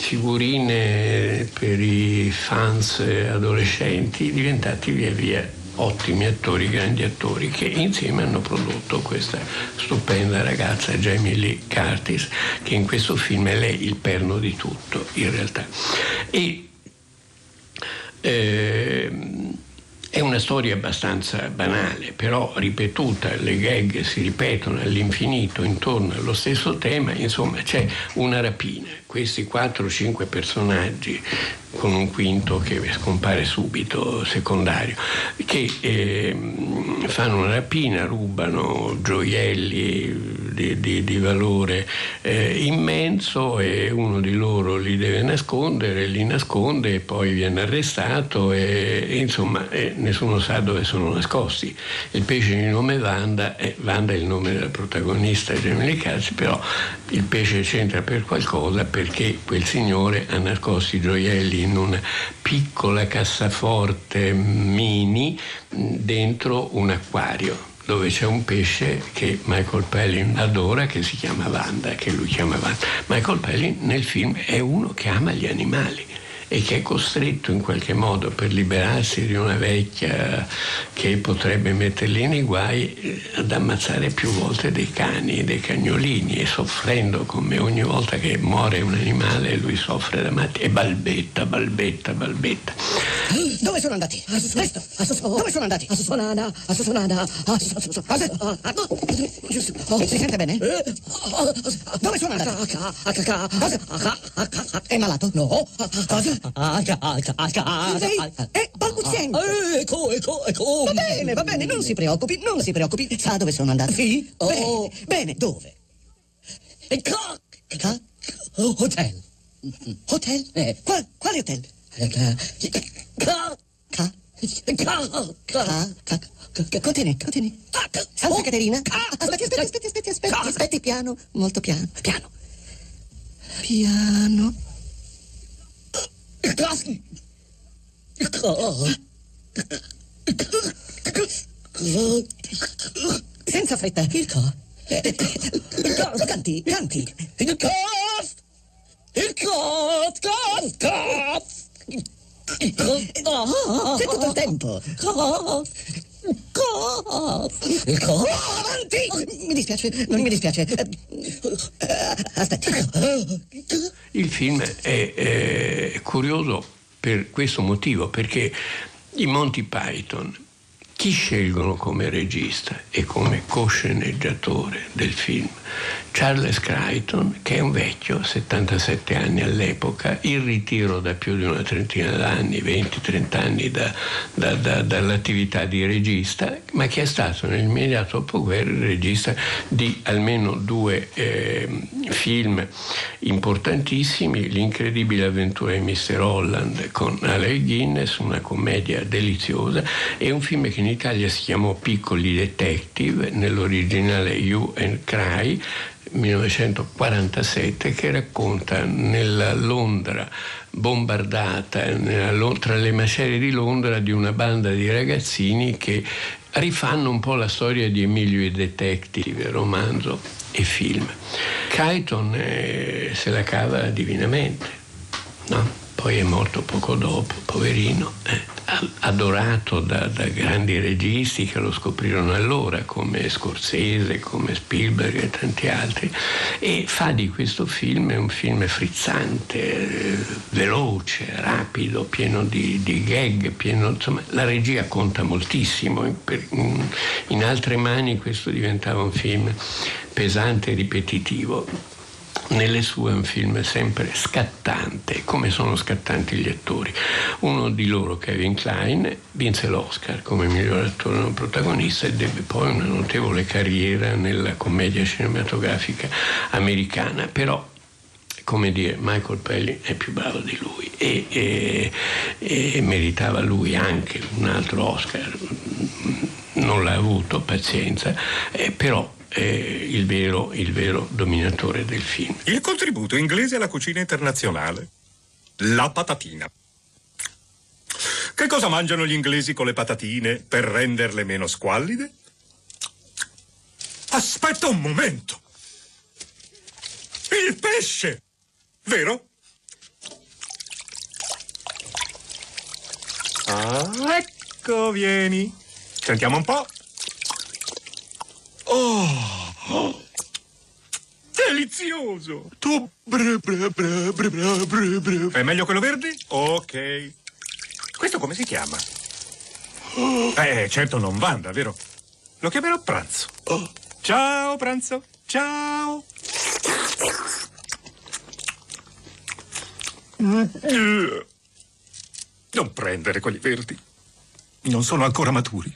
figurine per i fans adolescenti, diventati via via ottimi attori, grandi attori, che insieme hanno prodotto questa stupenda ragazza Jamie Lee Curtis, che in questo film è lei il perno di tutto in realtà. E eh, è una una storia abbastanza banale, però ripetuta, le gag si ripetono all'infinito intorno allo stesso tema, insomma c'è una rapina, questi quattro o cinque personaggi con un quinto che scompare subito, secondario, che eh, fanno una rapina, rubano gioielli di, di, di valore eh, immenso, e uno di loro li deve nascondere, li nasconde e poi viene arrestato e, e insomma eh, nessuno sa dove sono nascosti. Il pesce di nome Wanda, eh, Wanda è il nome della protagonista Jamie Lee Curtis, però il pesce c'entra per qualcosa, perché quel signore ha nascosto i gioielli in una piccola cassaforte mini dentro un acquario dove c'è un pesce che Michael Palin adora, che si chiama Wanda, che lui chiama Wanda. Michael Palin nel film è uno che ama gli animali e che è costretto in qualche modo, per liberarsi di una vecchia che potrebbe metterli nei guai, ad ammazzare più volte dei cani, dei cagnolini, e soffrendo come ogni volta che muore un animale lui soffre da matti e balbetta, balbetta, balbetta. Dove sono andati? Presto! Dove sono andati? Sonana, Sonana, si sente bene? Dove sono andati? È malato? No. Cosa? È balbuziente. Ecco, ecco, ecco. Va bene, va bene, non si preoccupi, non si preoccupi. Sa dove sono andati? Sì. Bene, bene, dove? Hotel. Hotel? Eh. Qual, quale hotel? Ca? Ca? Ca? Ca? Continui, continui. Santa Caterina? Aspetti, aspetti, aspetti, aspetti, aspetti, aspetti, piano, molto piano, piano. Piano. Senza fretta. Il co. Canti, canti. Il cof! Il cof! Cof! Cof! C'è tutto il tempo. Il cof! Avanti! Mi dispiace, non mi dispiace. Aspetti. Il film è, è curioso per questo motivo, perché i Monty Python chi scelgono come regista e come co-sceneggiatore del film? Charles Crichton, che è un vecchio, settantasette anni all'epoca, in ritiro da più di una trentina d'anni, venti trenta anni da, da, da, dall'attività di regista, ma che è stato nell'immediato dopoguerra il regista di almeno due eh, film importantissimi: L'incredibile avventura di mister Holland con Alec Guinness, una commedia deliziosa, e un film che in Italia si chiamò Piccoli Detective, nell'originale Hue and Cry, millenovecentoquarantasette, che racconta nella Londra bombardata, nella, tra le macerie di Londra, di una banda di ragazzini che rifanno un po' la storia di Emilio e Detective, romanzo e film. Crichton eh, se la cava divinamente, no? Poi è morto poco dopo, poverino, eh, adorato da, da grandi registi che lo scoprirono allora, come Scorsese, come Spielberg e tanti altri, e fa di questo film un film frizzante, eh, veloce, rapido, pieno di, di gag, pieno, insomma, la regia conta moltissimo. In, in altre mani questo diventava un film pesante e ripetitivo. Nelle sue è un film sempre scattante, come sono scattanti gli attori. Uno di loro, Kevin Kline, vinse l'Oscar come miglior attore non protagonista e ebbe poi una notevole carriera nella commedia cinematografica americana, però, come dire, Michael Palin è più bravo di lui e, e, e meritava lui anche un altro Oscar. Non l'ha avuto, pazienza, eh, però è il vero, il vero dominatore del film. Il contributo inglese alla cucina internazionale. La patatina. Che cosa mangiano gli inglesi con le patatine per renderle meno squallide? Aspetta un momento. Il pesce, vero? Ah, ecco, vieni. Sentiamo un po'. Oh, delizioso! Tu bra bra bra bra bra bra. È meglio quello verde? Ok. Questo come si chiama? Eh, certo non Wanda, vero? Lo chiamerò a pranzo. Ciao, pranzo. Ciao. Non prendere quelli verdi. Non sono ancora maturi.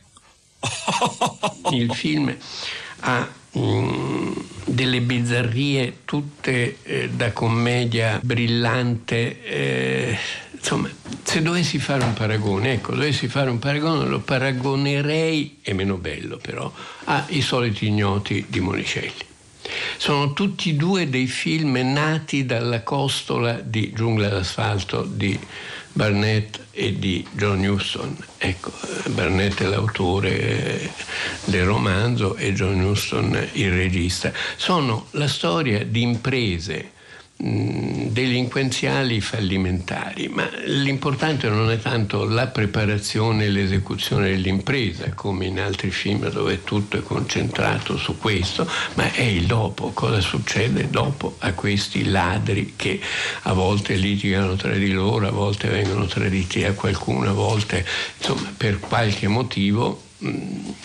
Il film ha mm, delle bizzarrie tutte eh, da commedia brillante. Eh, insomma, se dovessi fare un paragone, ecco, dovessi fare un paragone, lo paragonerei, è meno bello però, a I soliti ignoti di Monicelli. Sono tutti e due dei film nati dalla costola di Giungla d'asfalto di Barnett e di John Huston. Ecco, Barnett è l'autore del romanzo e John Huston il regista. Sono la storia di imprese mh, delinquenziali fallimentari, ma l'importante non è tanto la preparazione e l'esecuzione dell'impresa, come in altri film dove tutto è concentrato su questo, ma è il dopo, cosa succede dopo a questi ladri che a volte litigano tra di loro, a volte vengono traditi da qualcuno, a volte, insomma, per qualche motivo mh,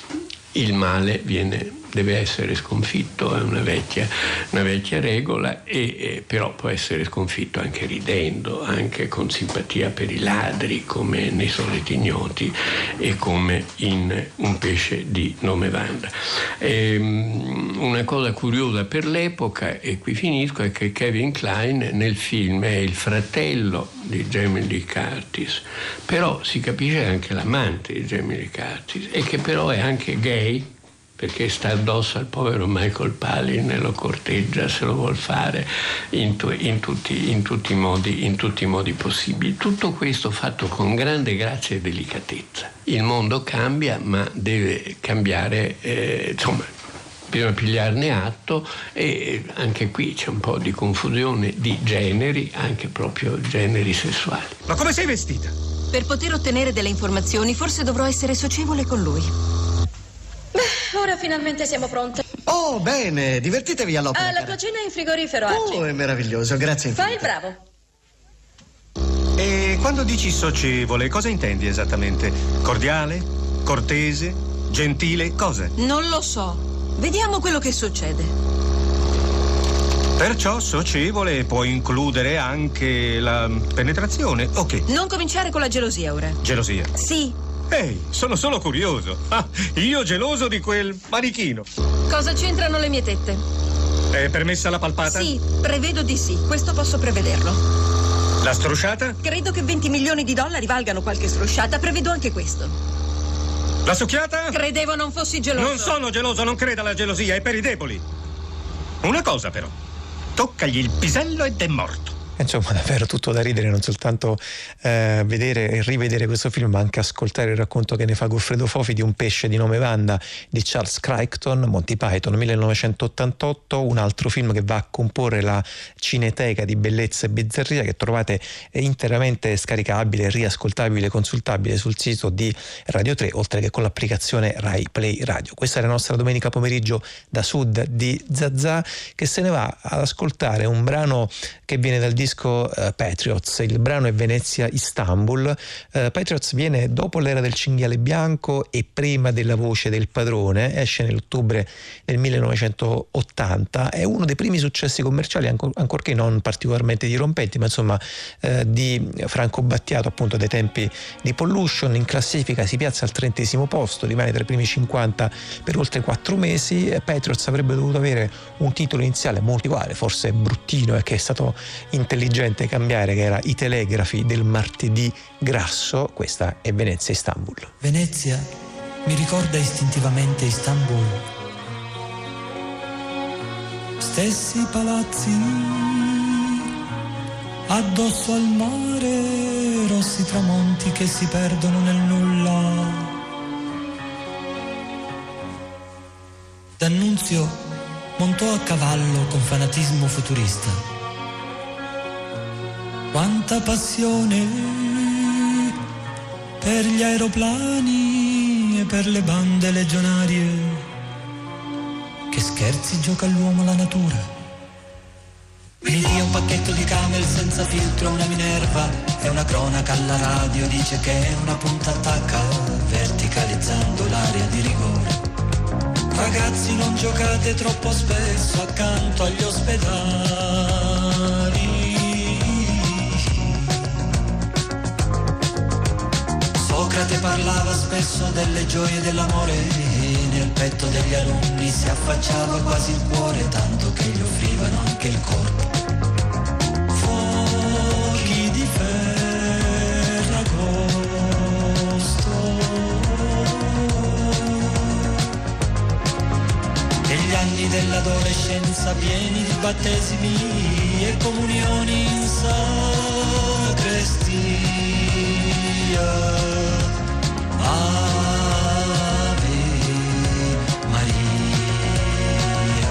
il male viene deve essere sconfitto, è una vecchia, una vecchia regola, e, e però può essere sconfitto anche ridendo, anche con simpatia per i ladri, come nei Soliti ignoti e come in Un pesce di nome Wanda. E, una cosa curiosa per l'epoca, e qui finisco, è che Kevin Kline nel film è il fratello di Jamie Lee Curtis, però si capisce anche l'amante di Jamie Lee Curtis, e che però è anche gay, perché sta addosso al povero Michael Palin, lo corteggia se lo vuol fare in, tu, in, tutti, in, tutti i modi, in tutti i modi possibili. Tutto questo fatto con grande grazia e delicatezza. Il mondo cambia, ma deve cambiare, eh, insomma, bisogna pigliarne atto, e anche qui c'è un po' di confusione di generi, anche proprio generi sessuali. Ma come sei vestita? Per poter ottenere delle informazioni forse dovrò essere socievole con lui. Beh, ora finalmente siamo pronte. Oh, bene, divertitevi all'opera. Ah, la cara. cucina è in frigorifero, Oh, Archie. è meraviglioso, grazie Fai infinite. il bravo. E quando dici socievole, cosa intendi esattamente? Cordiale? Cortese? Gentile? Cosa? Non lo so. Vediamo quello che succede. Perciò socievole può includere anche la penetrazione, ok? Non cominciare con la gelosia ora. Gelosia. Sì. Ehi, sono solo curioso. Ah, io geloso di quel manichino. Cosa c'entrano le mie tette? È permessa la palpata? Sì, prevedo di sì. Questo posso prevederlo. La strusciata? Credo che venti milioni di dollari valgano qualche strusciata. Prevedo anche questo. La succhiata? Credevo non fossi geloso. Non sono geloso, non creda alla gelosia, è per i deboli. Una cosa però, toccagli il pisello ed è morto. Insomma, davvero tutto da ridere, non soltanto eh, vedere e rivedere questo film, ma anche ascoltare il racconto che ne fa Goffredo Fofi di Un pesce di nome Wanda di Charles Crichton, Monty Python millenovecentottantotto, un altro film che va a comporre la cineteca di bellezza e bizzarria, che trovate interamente scaricabile, riascoltabile, consultabile sul sito di Radio tre, oltre che con l'applicazione Rai Play Radio. Questa è la nostra domenica pomeriggio da Sud di Zazà, che se ne va ad ascoltare un brano che viene dal disco disco uh, Patriots. Il brano è Venezia Istanbul. uh, Patriots viene dopo l'era del cinghiale bianco e prima della voce del padrone, esce nell'ottobre del millenovecentottanta, è uno dei primi successi commerciali, ancor- ancorché non particolarmente dirompenti, ma insomma uh, di Franco Battiato, appunto dai tempi di Pollution. In classifica si piazza al trentesimo posto, rimane tra i primi cinquanta per oltre quattro mesi. Patriots avrebbe dovuto avere un titolo iniziale molto uguale, forse bruttino, e che è stato intelligente cambiare, che era I telegrafi del martedì grasso. Questa è Venezia Istanbul. Venezia mi ricorda istintivamente Istanbul. Stessi palazzi addosso al mare, rossi tramonti che si perdono nel nulla. D'Annunzio montò a cavallo con fanatismo futurista. Quanta passione per gli aeroplani e per le bande legionarie. Che scherzi gioca l'uomo la natura. Mi dia un pacchetto di Camel senza filtro, una Minerva e una cronaca alla radio dice che è una punta attacca verticale. giocate troppo spesso accanto agli ospedali. Socrate parlava spesso delle gioie dell'amore, nel petto degli alunni si affacciava quasi il cuore, tanto che gli offrivano anche il corpo. Fuochi di Ferragosto. E gli anni dell'adolescenza pieni di battesimi e comunioni in sacrestia. Ave Maria.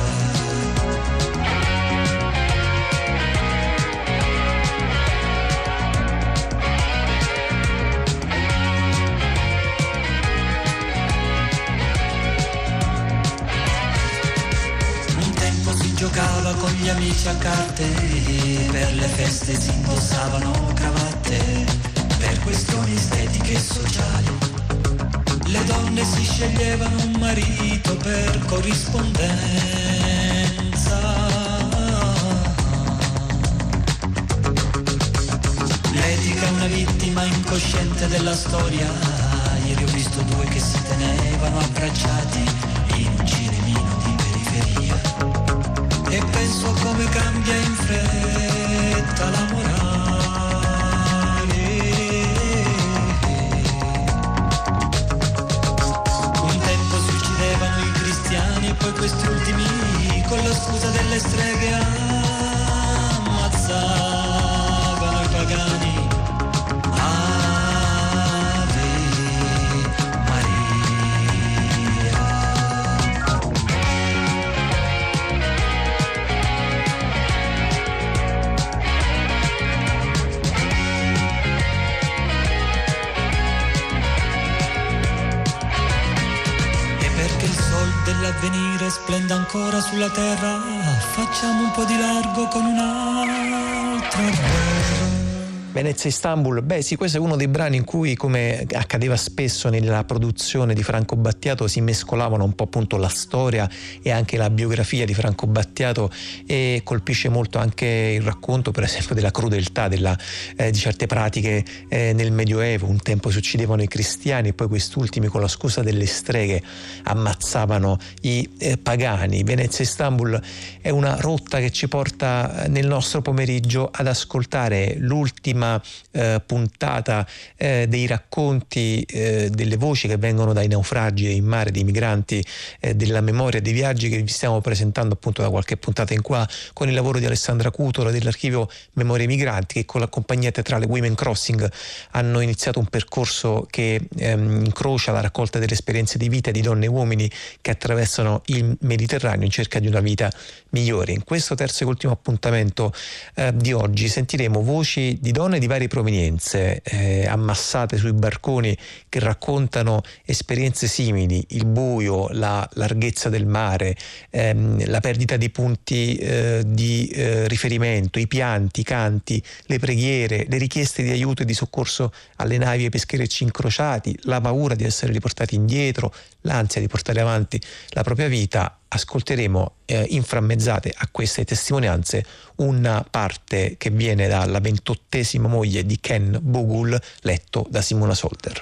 Un tempo si giocava con gli amici a carte, per le feste si indossavano cravatte, per questioni estetiche e sociali. Le donne si sceglievano un marito per corrispondenza. L'etica è una vittima incosciente della storia. Ieri ho visto due che si tenevano abbracciati in un cinemino di periferia. E penso a come cambia in fretta la morale. E poi questi ultimi con la scusa delle streghe ammazzavano i pagani. Ave Maria. E perché il sol dell'avvenire splenda ancora sulla terra, facciamo un po' di largo con un'altra guerra. Venezia Istanbul, beh sì, questo è uno dei brani in cui, come accadeva spesso nella produzione di Franco Battiato, si mescolavano un po' appunto la storia e anche la biografia di Franco Battiato, e colpisce molto anche il racconto per esempio della crudeltà della, eh, di certe pratiche eh, nel Medioevo. Un tempo si uccidevano i cristiani e poi quest'ultimi con la scusa delle streghe ammazzavano i eh, pagani. Venezia Istanbul è una rotta che ci porta nel nostro pomeriggio ad ascoltare l'ultima Eh, puntata eh, dei racconti, eh, delle voci che vengono dai naufragi in mare, dei migranti, eh, della memoria dei viaggi, che vi stiamo presentando appunto da qualche puntata in qua, con il lavoro di Alessandra Cutola dell'archivio Memorie Migranti, che con la compagnia teatrale Women Crossing hanno iniziato un percorso che ehm, incrocia la raccolta delle esperienze di vita di donne e uomini che attraversano il Mediterraneo in cerca di una vita migliore. In questo terzo e ultimo appuntamento eh, di oggi sentiremo voci di donne di varie provenienze, eh, ammassate sui barconi, che raccontano esperienze simili: il buio, la larghezza del mare, ehm, la perdita di punti eh, di eh, riferimento, i pianti, i canti, le preghiere, le richieste di aiuto e di soccorso alle navi e ai pescherecci incrociati, la paura di essere riportati indietro, l'ansia di portare avanti la propria vita. Ascolteremo eh, inframmezzate a queste testimonianze una parte che viene dalla ventottesima moglie di Ken Bugul, letto da Simona Solter.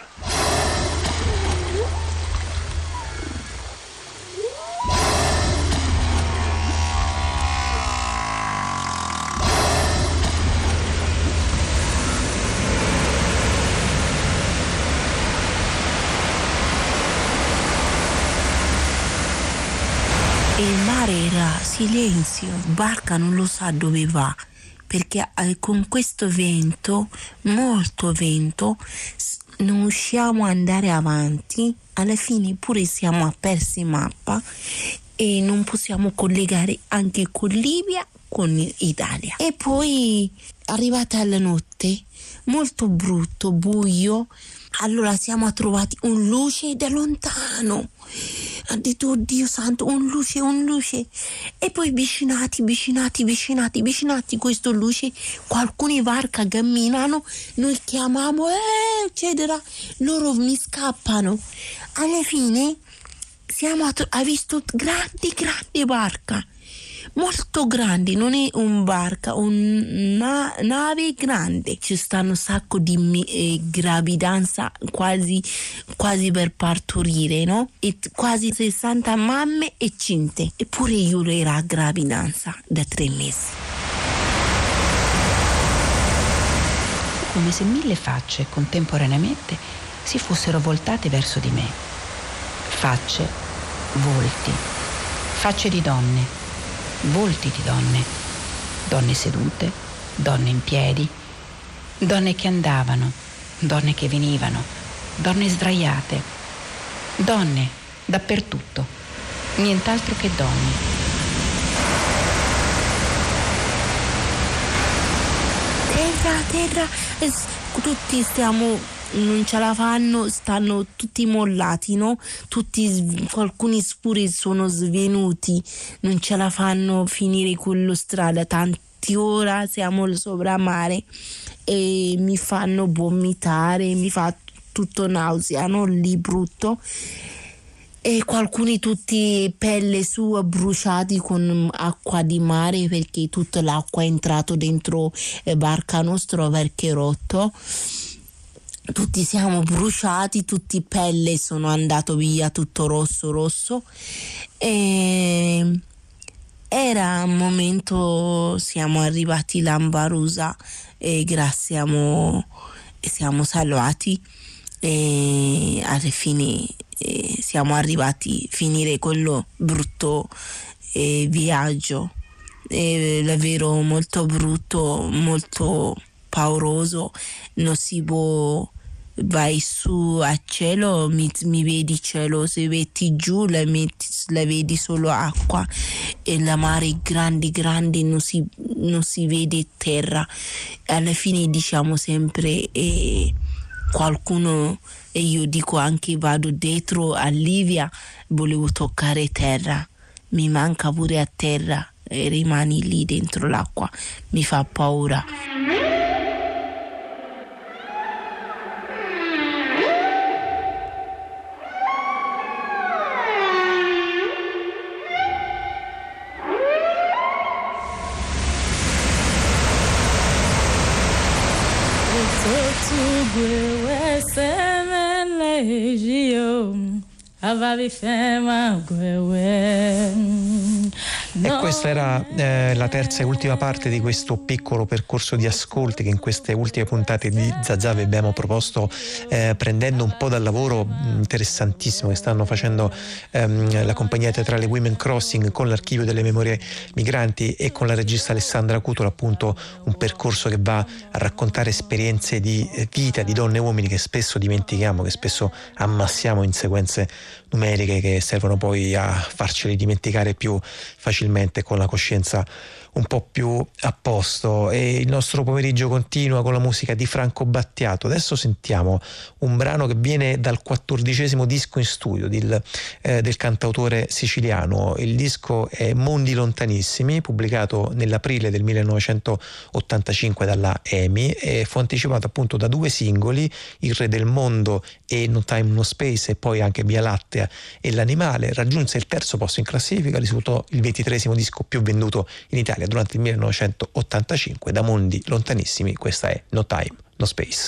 Il mare era silenzio, barca non lo sa dove va, perché con questo vento, molto vento, non riusciamo ad andare avanti. Alla fine pure siamo persi in mappa e non possiamo collegare anche con Libia, con Italia. E poi arrivata la notte, molto brutto, buio, allora siamo trovati un luce da lontano. Ha detto, oddio santo, un luce, un luce. E poi vicinati, vicinati, vicinati, vicinati questo luce, alcune barche camminano, noi chiamiamo, eh, eccetera, loro mi scappano. Alla fine siamo a, ha visto grandi grandi barca, molto grandi, non è un barca, una nave grande. Ci stanno un sacco di eh, gravidanza quasi quasi per partorire, no? E quasi sessanta mamme e cinte. Eppure io ero a gravidanza da tre mesi. Come se mille facce contemporaneamente si fossero voltate verso di me. Facce, volti, facce di donne, volti di donne, donne sedute, donne in piedi, donne che andavano, donne che venivano, donne sdraiate, donne dappertutto, nient'altro che donne. Terra, terra, tutti stiamo, non ce la fanno, stanno tutti mollati, no? Tutti, alcuni pure sono svenuti, non ce la fanno finire quello strada, tanti ora siamo sopra mare e mi fanno vomitare, mi fa tutto nausea, no? Lì brutto. E alcuni tutti pelle su bruciati con acqua di mare perché tutta l'acqua è entrato dentro eh, barca nostra perché è rotto. Tutti siamo bruciati, tutti pelle sono andato via tutto rosso rosso e era un momento, siamo arrivati a Lampedusa e grazie siamo, siamo salvati e alla fine e siamo arrivati a finire quello brutto eh, viaggio, è davvero molto brutto, molto pauroso, non si può, vai su a cielo, mi, mi vedi cielo, se metti giù la, metti, la vedi solo acqua e la mare è grande grande, non si, non si vede terra. Alla fine diciamo sempre eh, qualcuno, e io dico anche vado dietro a Livia, volevo toccare terra, mi manca pure a terra e rimani lì dentro l'acqua, mi fa paura. E questa era eh, la terza e ultima parte di questo piccolo percorso di ascolti che in queste ultime puntate di Zazà vi abbiamo proposto, eh, prendendo un po' dal lavoro interessantissimo che stanno facendo ehm, la compagnia teatrale Women Crossing con l'Archivio delle Memorie Migranti e con la regista Alessandra Cutola, appunto un percorso che va a raccontare esperienze di vita di donne e uomini che spesso dimentichiamo, che spesso ammassiamo in sequenze numeriche che servono poi a farceli dimenticare più facilmente con la coscienza un po' più a posto. E il nostro pomeriggio continua con la musica di Franco Battiato. Adesso sentiamo un brano che viene dal quattordicesimo disco in studio del, eh, del cantautore siciliano. Il disco è Mondi Lontanissimi, pubblicato nell'aprile del millenovecentottantacinque dalla EMI e fu anticipato appunto da due singoli, Il Re del Mondo e No Time No Space, e poi anche Via Lattea e L'Animale. Raggiunse il terzo posto in classifica, risultò il ventitreesimo disco più venduto in Italia durante il millenovecentottantacinque. Da Mondi Lontanissimi questa è No Time No Space.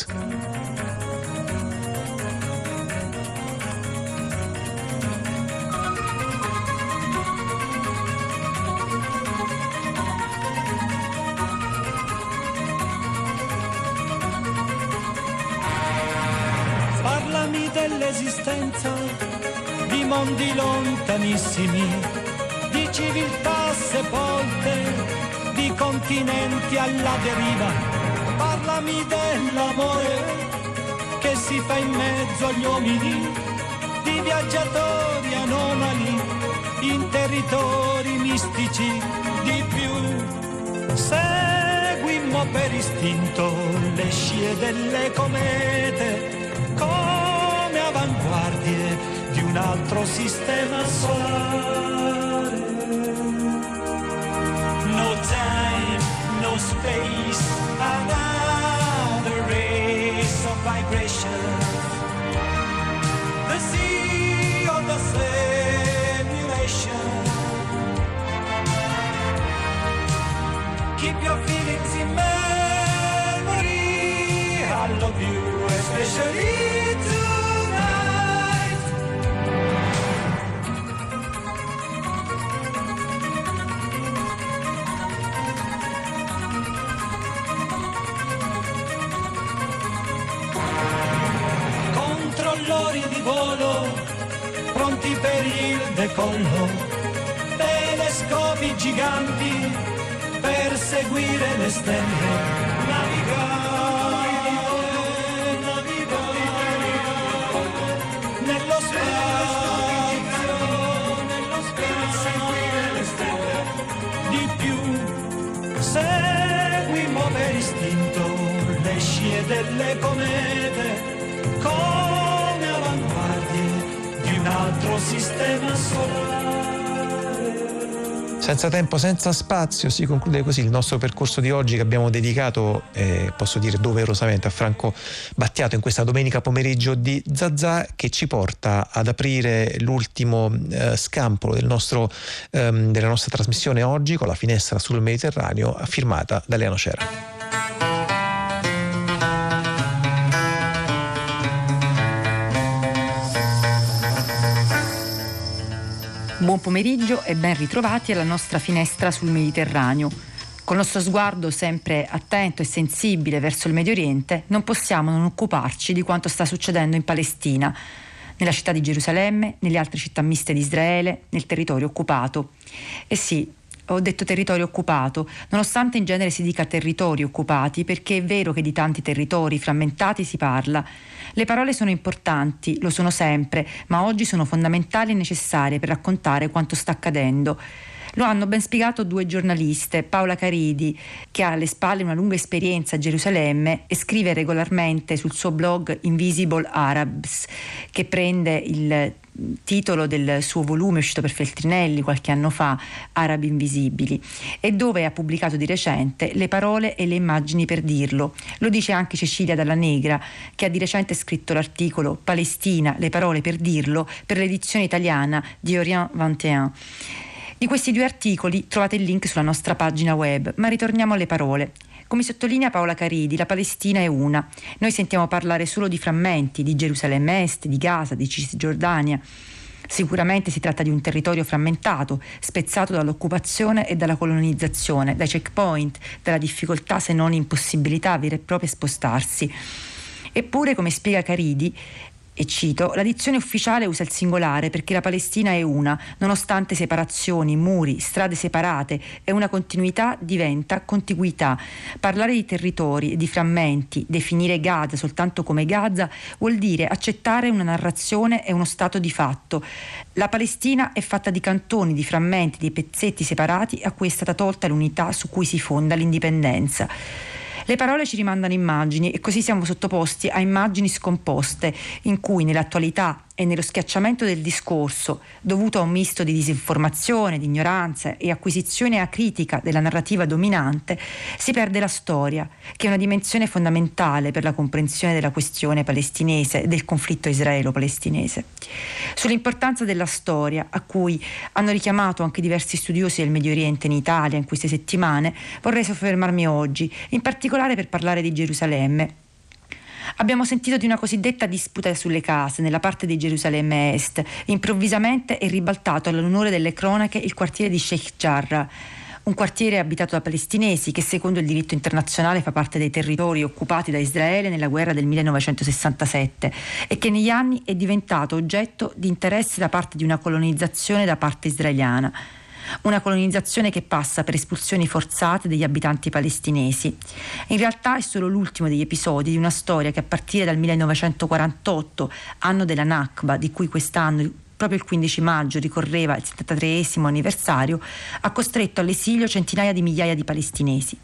Parlami dell'esistenza di mondi lontanissimi, di civiltà sepolte, di continenti alla deriva. Parlami dell'amore che si fa in mezzo agli uomini, di viaggiatori anomali in territori mistici. Di più, seguimmo per istinto le scie delle comete come avanguardie di un altro sistema solare. No time, no space, another race of vibration. The sea or the sea ponti per il decollo, telescopi giganti per seguire le stelle, navigare, navigare nello spazio, nello spazio, le stelle di più. Seguimo per istinto le scie delle comete come avanguardie di un altro sistema solare. Senza tempo, senza spazio, si conclude così il nostro percorso di oggi che abbiamo dedicato, eh, posso dire doverosamente, a Franco Battiato in questa domenica pomeriggio di Zazà, che ci porta ad aprire l'ultimo eh, scampolo del nostro, ehm, della nostra trasmissione oggi con la finestra sul Mediterraneo, firmata da Leano Cera. Buon pomeriggio e ben ritrovati alla nostra finestra sul Mediterraneo. Col nostro sguardo sempre attento e sensibile verso il Medio Oriente, non possiamo non occuparci di quanto sta succedendo in Palestina, nella città di Gerusalemme, nelle altre città miste di Israele, nel territorio occupato. E sì, ho detto territorio occupato, nonostante in genere si dica territori occupati, perché è vero che di tanti territori frammentati si parla. Le parole sono importanti, lo sono sempre, ma oggi sono fondamentali e necessarie per raccontare quanto sta accadendo. Lo hanno ben spiegato due giornaliste, Paola Caridi, che ha alle spalle una lunga esperienza a Gerusalemme e scrive regolarmente sul suo blog Invisible Arabs, che prende il titolo del suo volume uscito per Feltrinelli qualche anno fa, Arabi Invisibili, e dove ha pubblicato di recente Le parole e le immagini per dirlo. Lo dice anche Cecilia Dalla Negra, che ha di recente scritto l'articolo Palestina, le parole per dirlo, per l'edizione italiana di Orient ventuno. Di questi due articoli trovate il link sulla nostra pagina web, ma ritorniamo alle parole. Come sottolinea Paola Caridi, la Palestina è una. Noi sentiamo parlare solo di frammenti, di Gerusalemme Est, di Gaza, di Cisgiordania. Sicuramente si tratta di un territorio frammentato, spezzato dall'occupazione e dalla colonizzazione, dai checkpoint, dalla difficoltà se non impossibilità vera e propria a spostarsi. Eppure, come spiega Caridi, e cito, la dizione ufficiale usa il singolare perché la Palestina è una, nonostante separazioni, muri, strade separate, e una continuità diventa contiguità. Parlare di territori e di frammenti, definire Gaza soltanto come Gaza, vuol dire accettare una narrazione e uno stato di fatto. La Palestina è fatta di cantoni, di frammenti, di pezzetti separati a cui è stata tolta l'unità su cui si fonda l'indipendenza. Le parole ci rimandano immagini e così siamo sottoposti a immagini scomposte in cui nell'attualità e nello schiacciamento del discorso, dovuto a un misto di disinformazione, di ignoranza e acquisizione acritica della narrativa dominante, si perde la storia, che è una dimensione fondamentale per la comprensione della questione palestinese e del conflitto israelo-palestinese. Sull'importanza della storia, a cui hanno richiamato anche diversi studiosi del Medio Oriente in Italia in queste settimane, vorrei soffermarmi oggi, in particolare per parlare di Gerusalemme. Abbiamo sentito di una cosiddetta disputa sulle case nella parte di Gerusalemme Est. Improvvisamente è ribaltato all'onore delle cronache il quartiere di Sheikh Jarrah, un quartiere abitato da palestinesi che secondo il diritto internazionale fa parte dei territori occupati da Israele nella guerra del millenovecentosessantasette e che negli anni è diventato oggetto di interesse da parte di una colonizzazione da parte israeliana. Una colonizzazione che passa per espulsioni forzate degli abitanti palestinesi. In realtà è solo l'ultimo degli episodi di una storia che a partire dal millenovecentoquarantotto, anno della Nakba, di cui quest'anno proprio il quindici maggio ricorreva il settantatreesimo anniversario, ha costretto all'esilio centinaia di migliaia di palestinesi.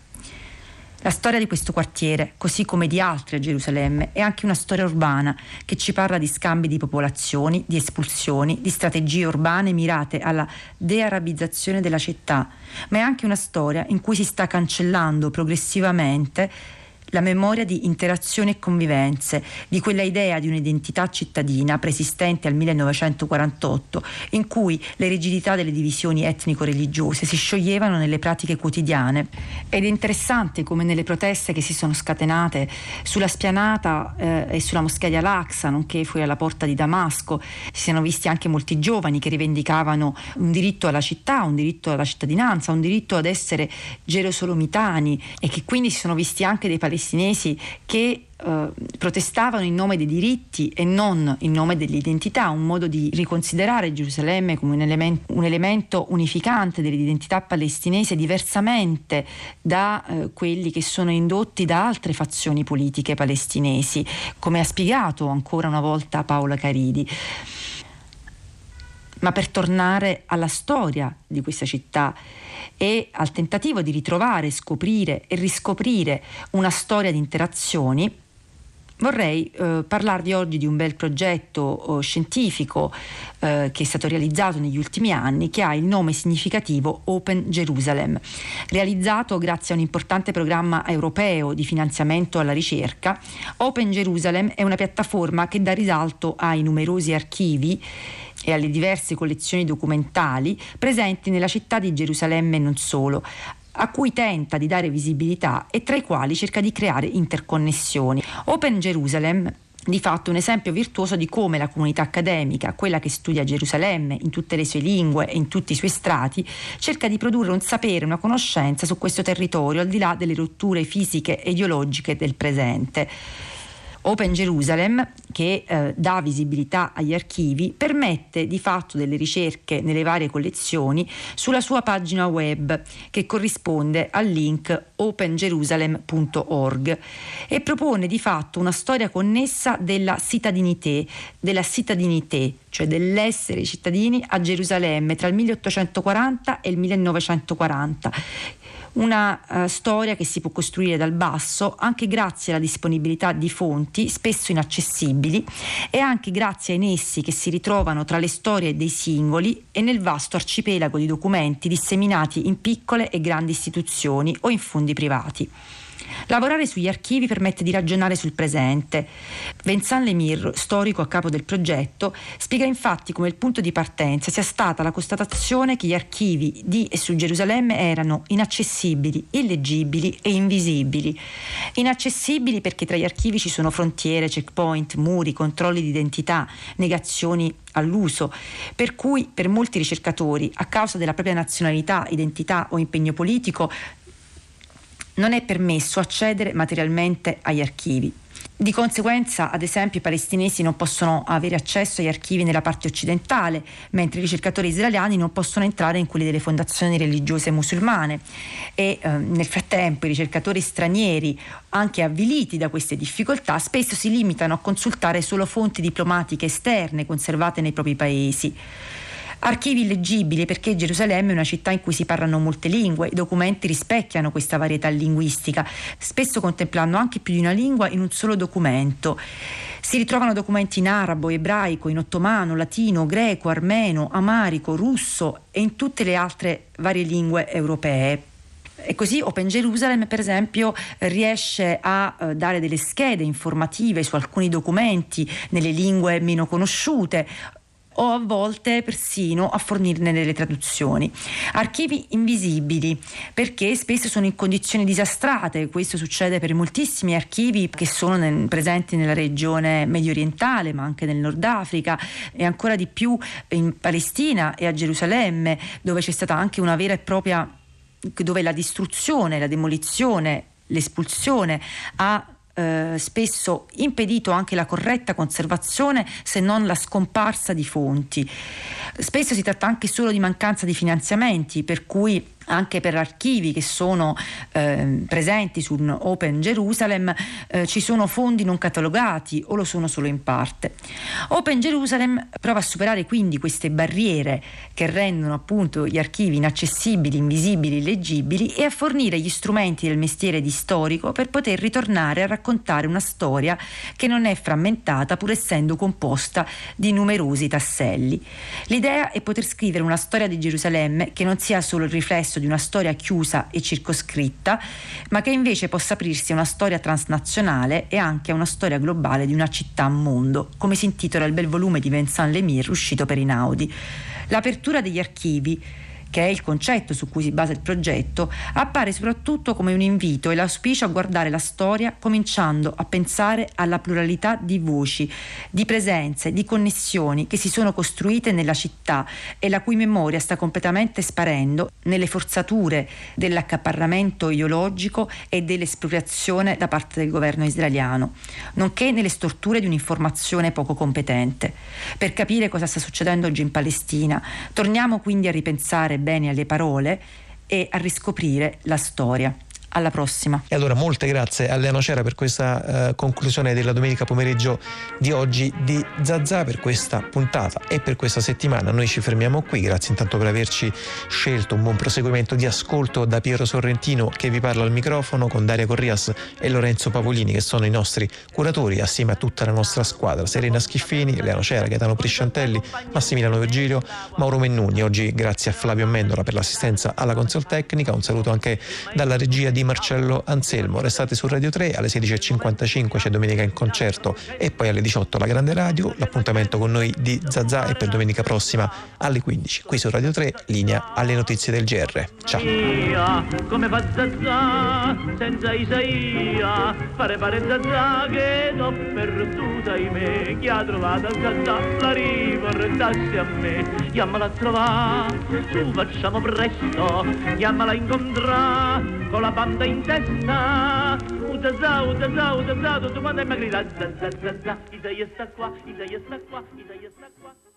La storia di questo quartiere, così come di altri a Gerusalemme, è anche una storia urbana che ci parla di scambi di popolazioni, di espulsioni, di strategie urbane mirate alla dearabizzazione della città, ma è anche una storia in cui si sta cancellando progressivamente la memoria di interazioni e convivenze, di quella idea di un'identità cittadina preesistente al millenovecentoquarantotto, in cui le rigidità delle divisioni etnico-religiose si scioglievano nelle pratiche quotidiane. Ed è interessante come nelle proteste che si sono scatenate sulla spianata eh, e sulla moschea di Al-Aqsa, nonché fuori alla porta di Damasco, si siano visti anche molti giovani che rivendicavano un diritto alla città, un diritto alla cittadinanza, un diritto ad essere gerosolomitani, e che quindi si sono visti anche dei palestinesi palestinesi che eh, protestavano in nome dei diritti e non in nome dell'identità, un modo di riconsiderare Gerusalemme come un elemento, un elemento unificante dell'identità palestinese, diversamente da eh, quelli che sono indotti da altre fazioni politiche palestinesi, come ha spiegato ancora una volta Paola Caridi. Ma per tornare alla storia di questa città e al tentativo di ritrovare, scoprire e riscoprire una storia di interazioni, vorrei eh, parlarvi oggi di un bel progetto eh, scientifico eh, che è stato realizzato negli ultimi anni, che ha il nome significativo Open Jerusalem, realizzato grazie a un importante programma europeo di finanziamento alla ricerca. Open Jerusalem è una piattaforma che dà risalto ai numerosi archivi e alle diverse collezioni documentali presenti nella città di Gerusalemme e non solo, a cui tenta di dare visibilità e tra i quali cerca di creare interconnessioni. Open Jerusalem di fatto è un esempio virtuoso di come la comunità accademica, quella che studia Gerusalemme in tutte le sue lingue e in tutti i suoi strati, cerca di produrre un sapere, una conoscenza su questo territorio al di là delle rotture fisiche e ideologiche del presente. Open Jerusalem, che eh, dà visibilità agli archivi, permette di fatto delle ricerche nelle varie collezioni sulla sua pagina web, che corrisponde al link open jerusalem punto org, e propone di fatto una storia connessa della cittadinité, della cittadinité, cioè dell'essere cittadini a Gerusalemme tra il milleottocentoquaranta e il millenovecentoquaranta. Una uh, storia che si può costruire dal basso anche grazie alla disponibilità di fonti spesso inaccessibili e anche grazie ai nessi che si ritrovano tra le storie dei singoli e nel vasto arcipelago di documenti disseminati in piccole e grandi istituzioni o in fondi privati. Lavorare sugli archivi permette di ragionare sul presente. Vincent Lemire, storico a capo del progetto, spiega infatti come il punto di partenza sia stata la constatazione che gli archivi di e su Gerusalemme erano inaccessibili, illeggibili e invisibili. Inaccessibili perché tra gli archivi ci sono frontiere, checkpoint, muri, controlli di identità, negazioni all'uso, per cui per molti ricercatori, a causa della propria nazionalità, identità o impegno politico, non è permesso accedere materialmente agli archivi. Di conseguenza, ad esempio, i palestinesi non possono avere accesso agli archivi nella parte occidentale, mentre i ricercatori israeliani non possono entrare in quelli delle fondazioni religiose musulmane. E eh, nel frattempo i ricercatori stranieri, anche avviliti da queste difficoltà, spesso si limitano a consultare solo fonti diplomatiche esterne conservate nei propri paesi. Archivi illeggibili perché Gerusalemme è una città in cui si parlano molte lingue, i documenti rispecchiano questa varietà linguistica, spesso contemplando anche più di una lingua in un solo documento. Si ritrovano documenti in arabo, ebraico, in ottomano, latino, greco, armeno, amarico, russo e in tutte le altre varie lingue europee. E così Open Jerusalem, per esempio, riesce a eh, dare delle schede informative su alcuni documenti nelle lingue meno conosciute, o a volte persino a fornirne delle traduzioni. Archivi invisibili perché spesso sono in condizioni disastrate. Questo succede per moltissimi archivi che sono nel, presenti nella regione medio orientale, ma anche nel Nord Africa e ancora di più in Palestina e a Gerusalemme, dove c'è stata anche una vera e propria, dove la distruzione, la demolizione, l'espulsione ha Eh, spesso impedito anche la corretta conservazione, se non la scomparsa di fonti. Spesso si tratta anche solo di mancanza di finanziamenti, per cui anche per archivi che sono eh, presenti su Open Jerusalem eh, ci sono fondi non catalogati o lo sono solo in parte. Open Jerusalem prova a superare quindi queste barriere che rendono appunto gli archivi inaccessibili, invisibili, illeggibili, e a fornire gli strumenti del mestiere di storico per poter ritornare a raccontare una storia che non è frammentata, pur essendo composta di numerosi tasselli. L'idea è poter scrivere una storia di Gerusalemme che non sia solo il riflesso di una storia chiusa e circoscritta, ma che invece possa aprirsi a una storia transnazionale e anche a una storia globale di una città mondo, come si intitola il bel volume di Vincent Lemire uscito per Einaudi. L'apertura degli archivi che è il concetto su cui si basa il progetto, appare soprattutto come un invito e l'auspicio a guardare la storia cominciando a pensare alla pluralità di voci, di presenze, di connessioni che si sono costruite nella città e la cui memoria sta completamente sparendo nelle forzature dell'accaparramento ideologico e dell'espropriazione da parte del governo israeliano, nonché nelle storture di un'informazione poco competente. Per capire cosa sta succedendo oggi in Palestina, torniamo quindi a ripensare bene alle parole e a riscoprire la storia. Alla prossima. E allora molte grazie a Lea Nocera per questa uh, conclusione della domenica pomeriggio di oggi di Zazà, per questa puntata e per questa settimana. Noi ci fermiamo qui, grazie intanto per averci scelto, un buon proseguimento di ascolto da Piero Sorrentino che vi parla al microfono, con Daria Corrias e Lorenzo Pavolini che sono i nostri curatori, assieme a tutta la nostra squadra: Serena Schiffini, Lea Nocera, Gaetano Prisciantelli, Massimiliano Virgilio, Mauro Mennuni. Oggi grazie a Flavio Amendola per l'assistenza alla console tecnica, un saluto anche dalla regia di Marcello Anselmo. Restate su Radio tre, alle sedici e cinquantacinque c'è Domenica in Concerto e poi alle diciotto la Grande Radio. L'appuntamento con noi di Zazà è per domenica prossima alle quindici qui su Radio tre, linea alle notizie del G R. Ciao. Come fa Zazà senza Isaia, fare pare Zazà che l'ho perduta in me, chi ha trovato Zazà la riportassi a me, chiamala a trovare, su facciamo presto, chiamala a incontrare con la banda in testa, Zazà, Zazà, Zazà, tutto quanto è magrita, Zazà, Zazà, Isaia sta qua, Isaia sta qua, Isaia sta qua.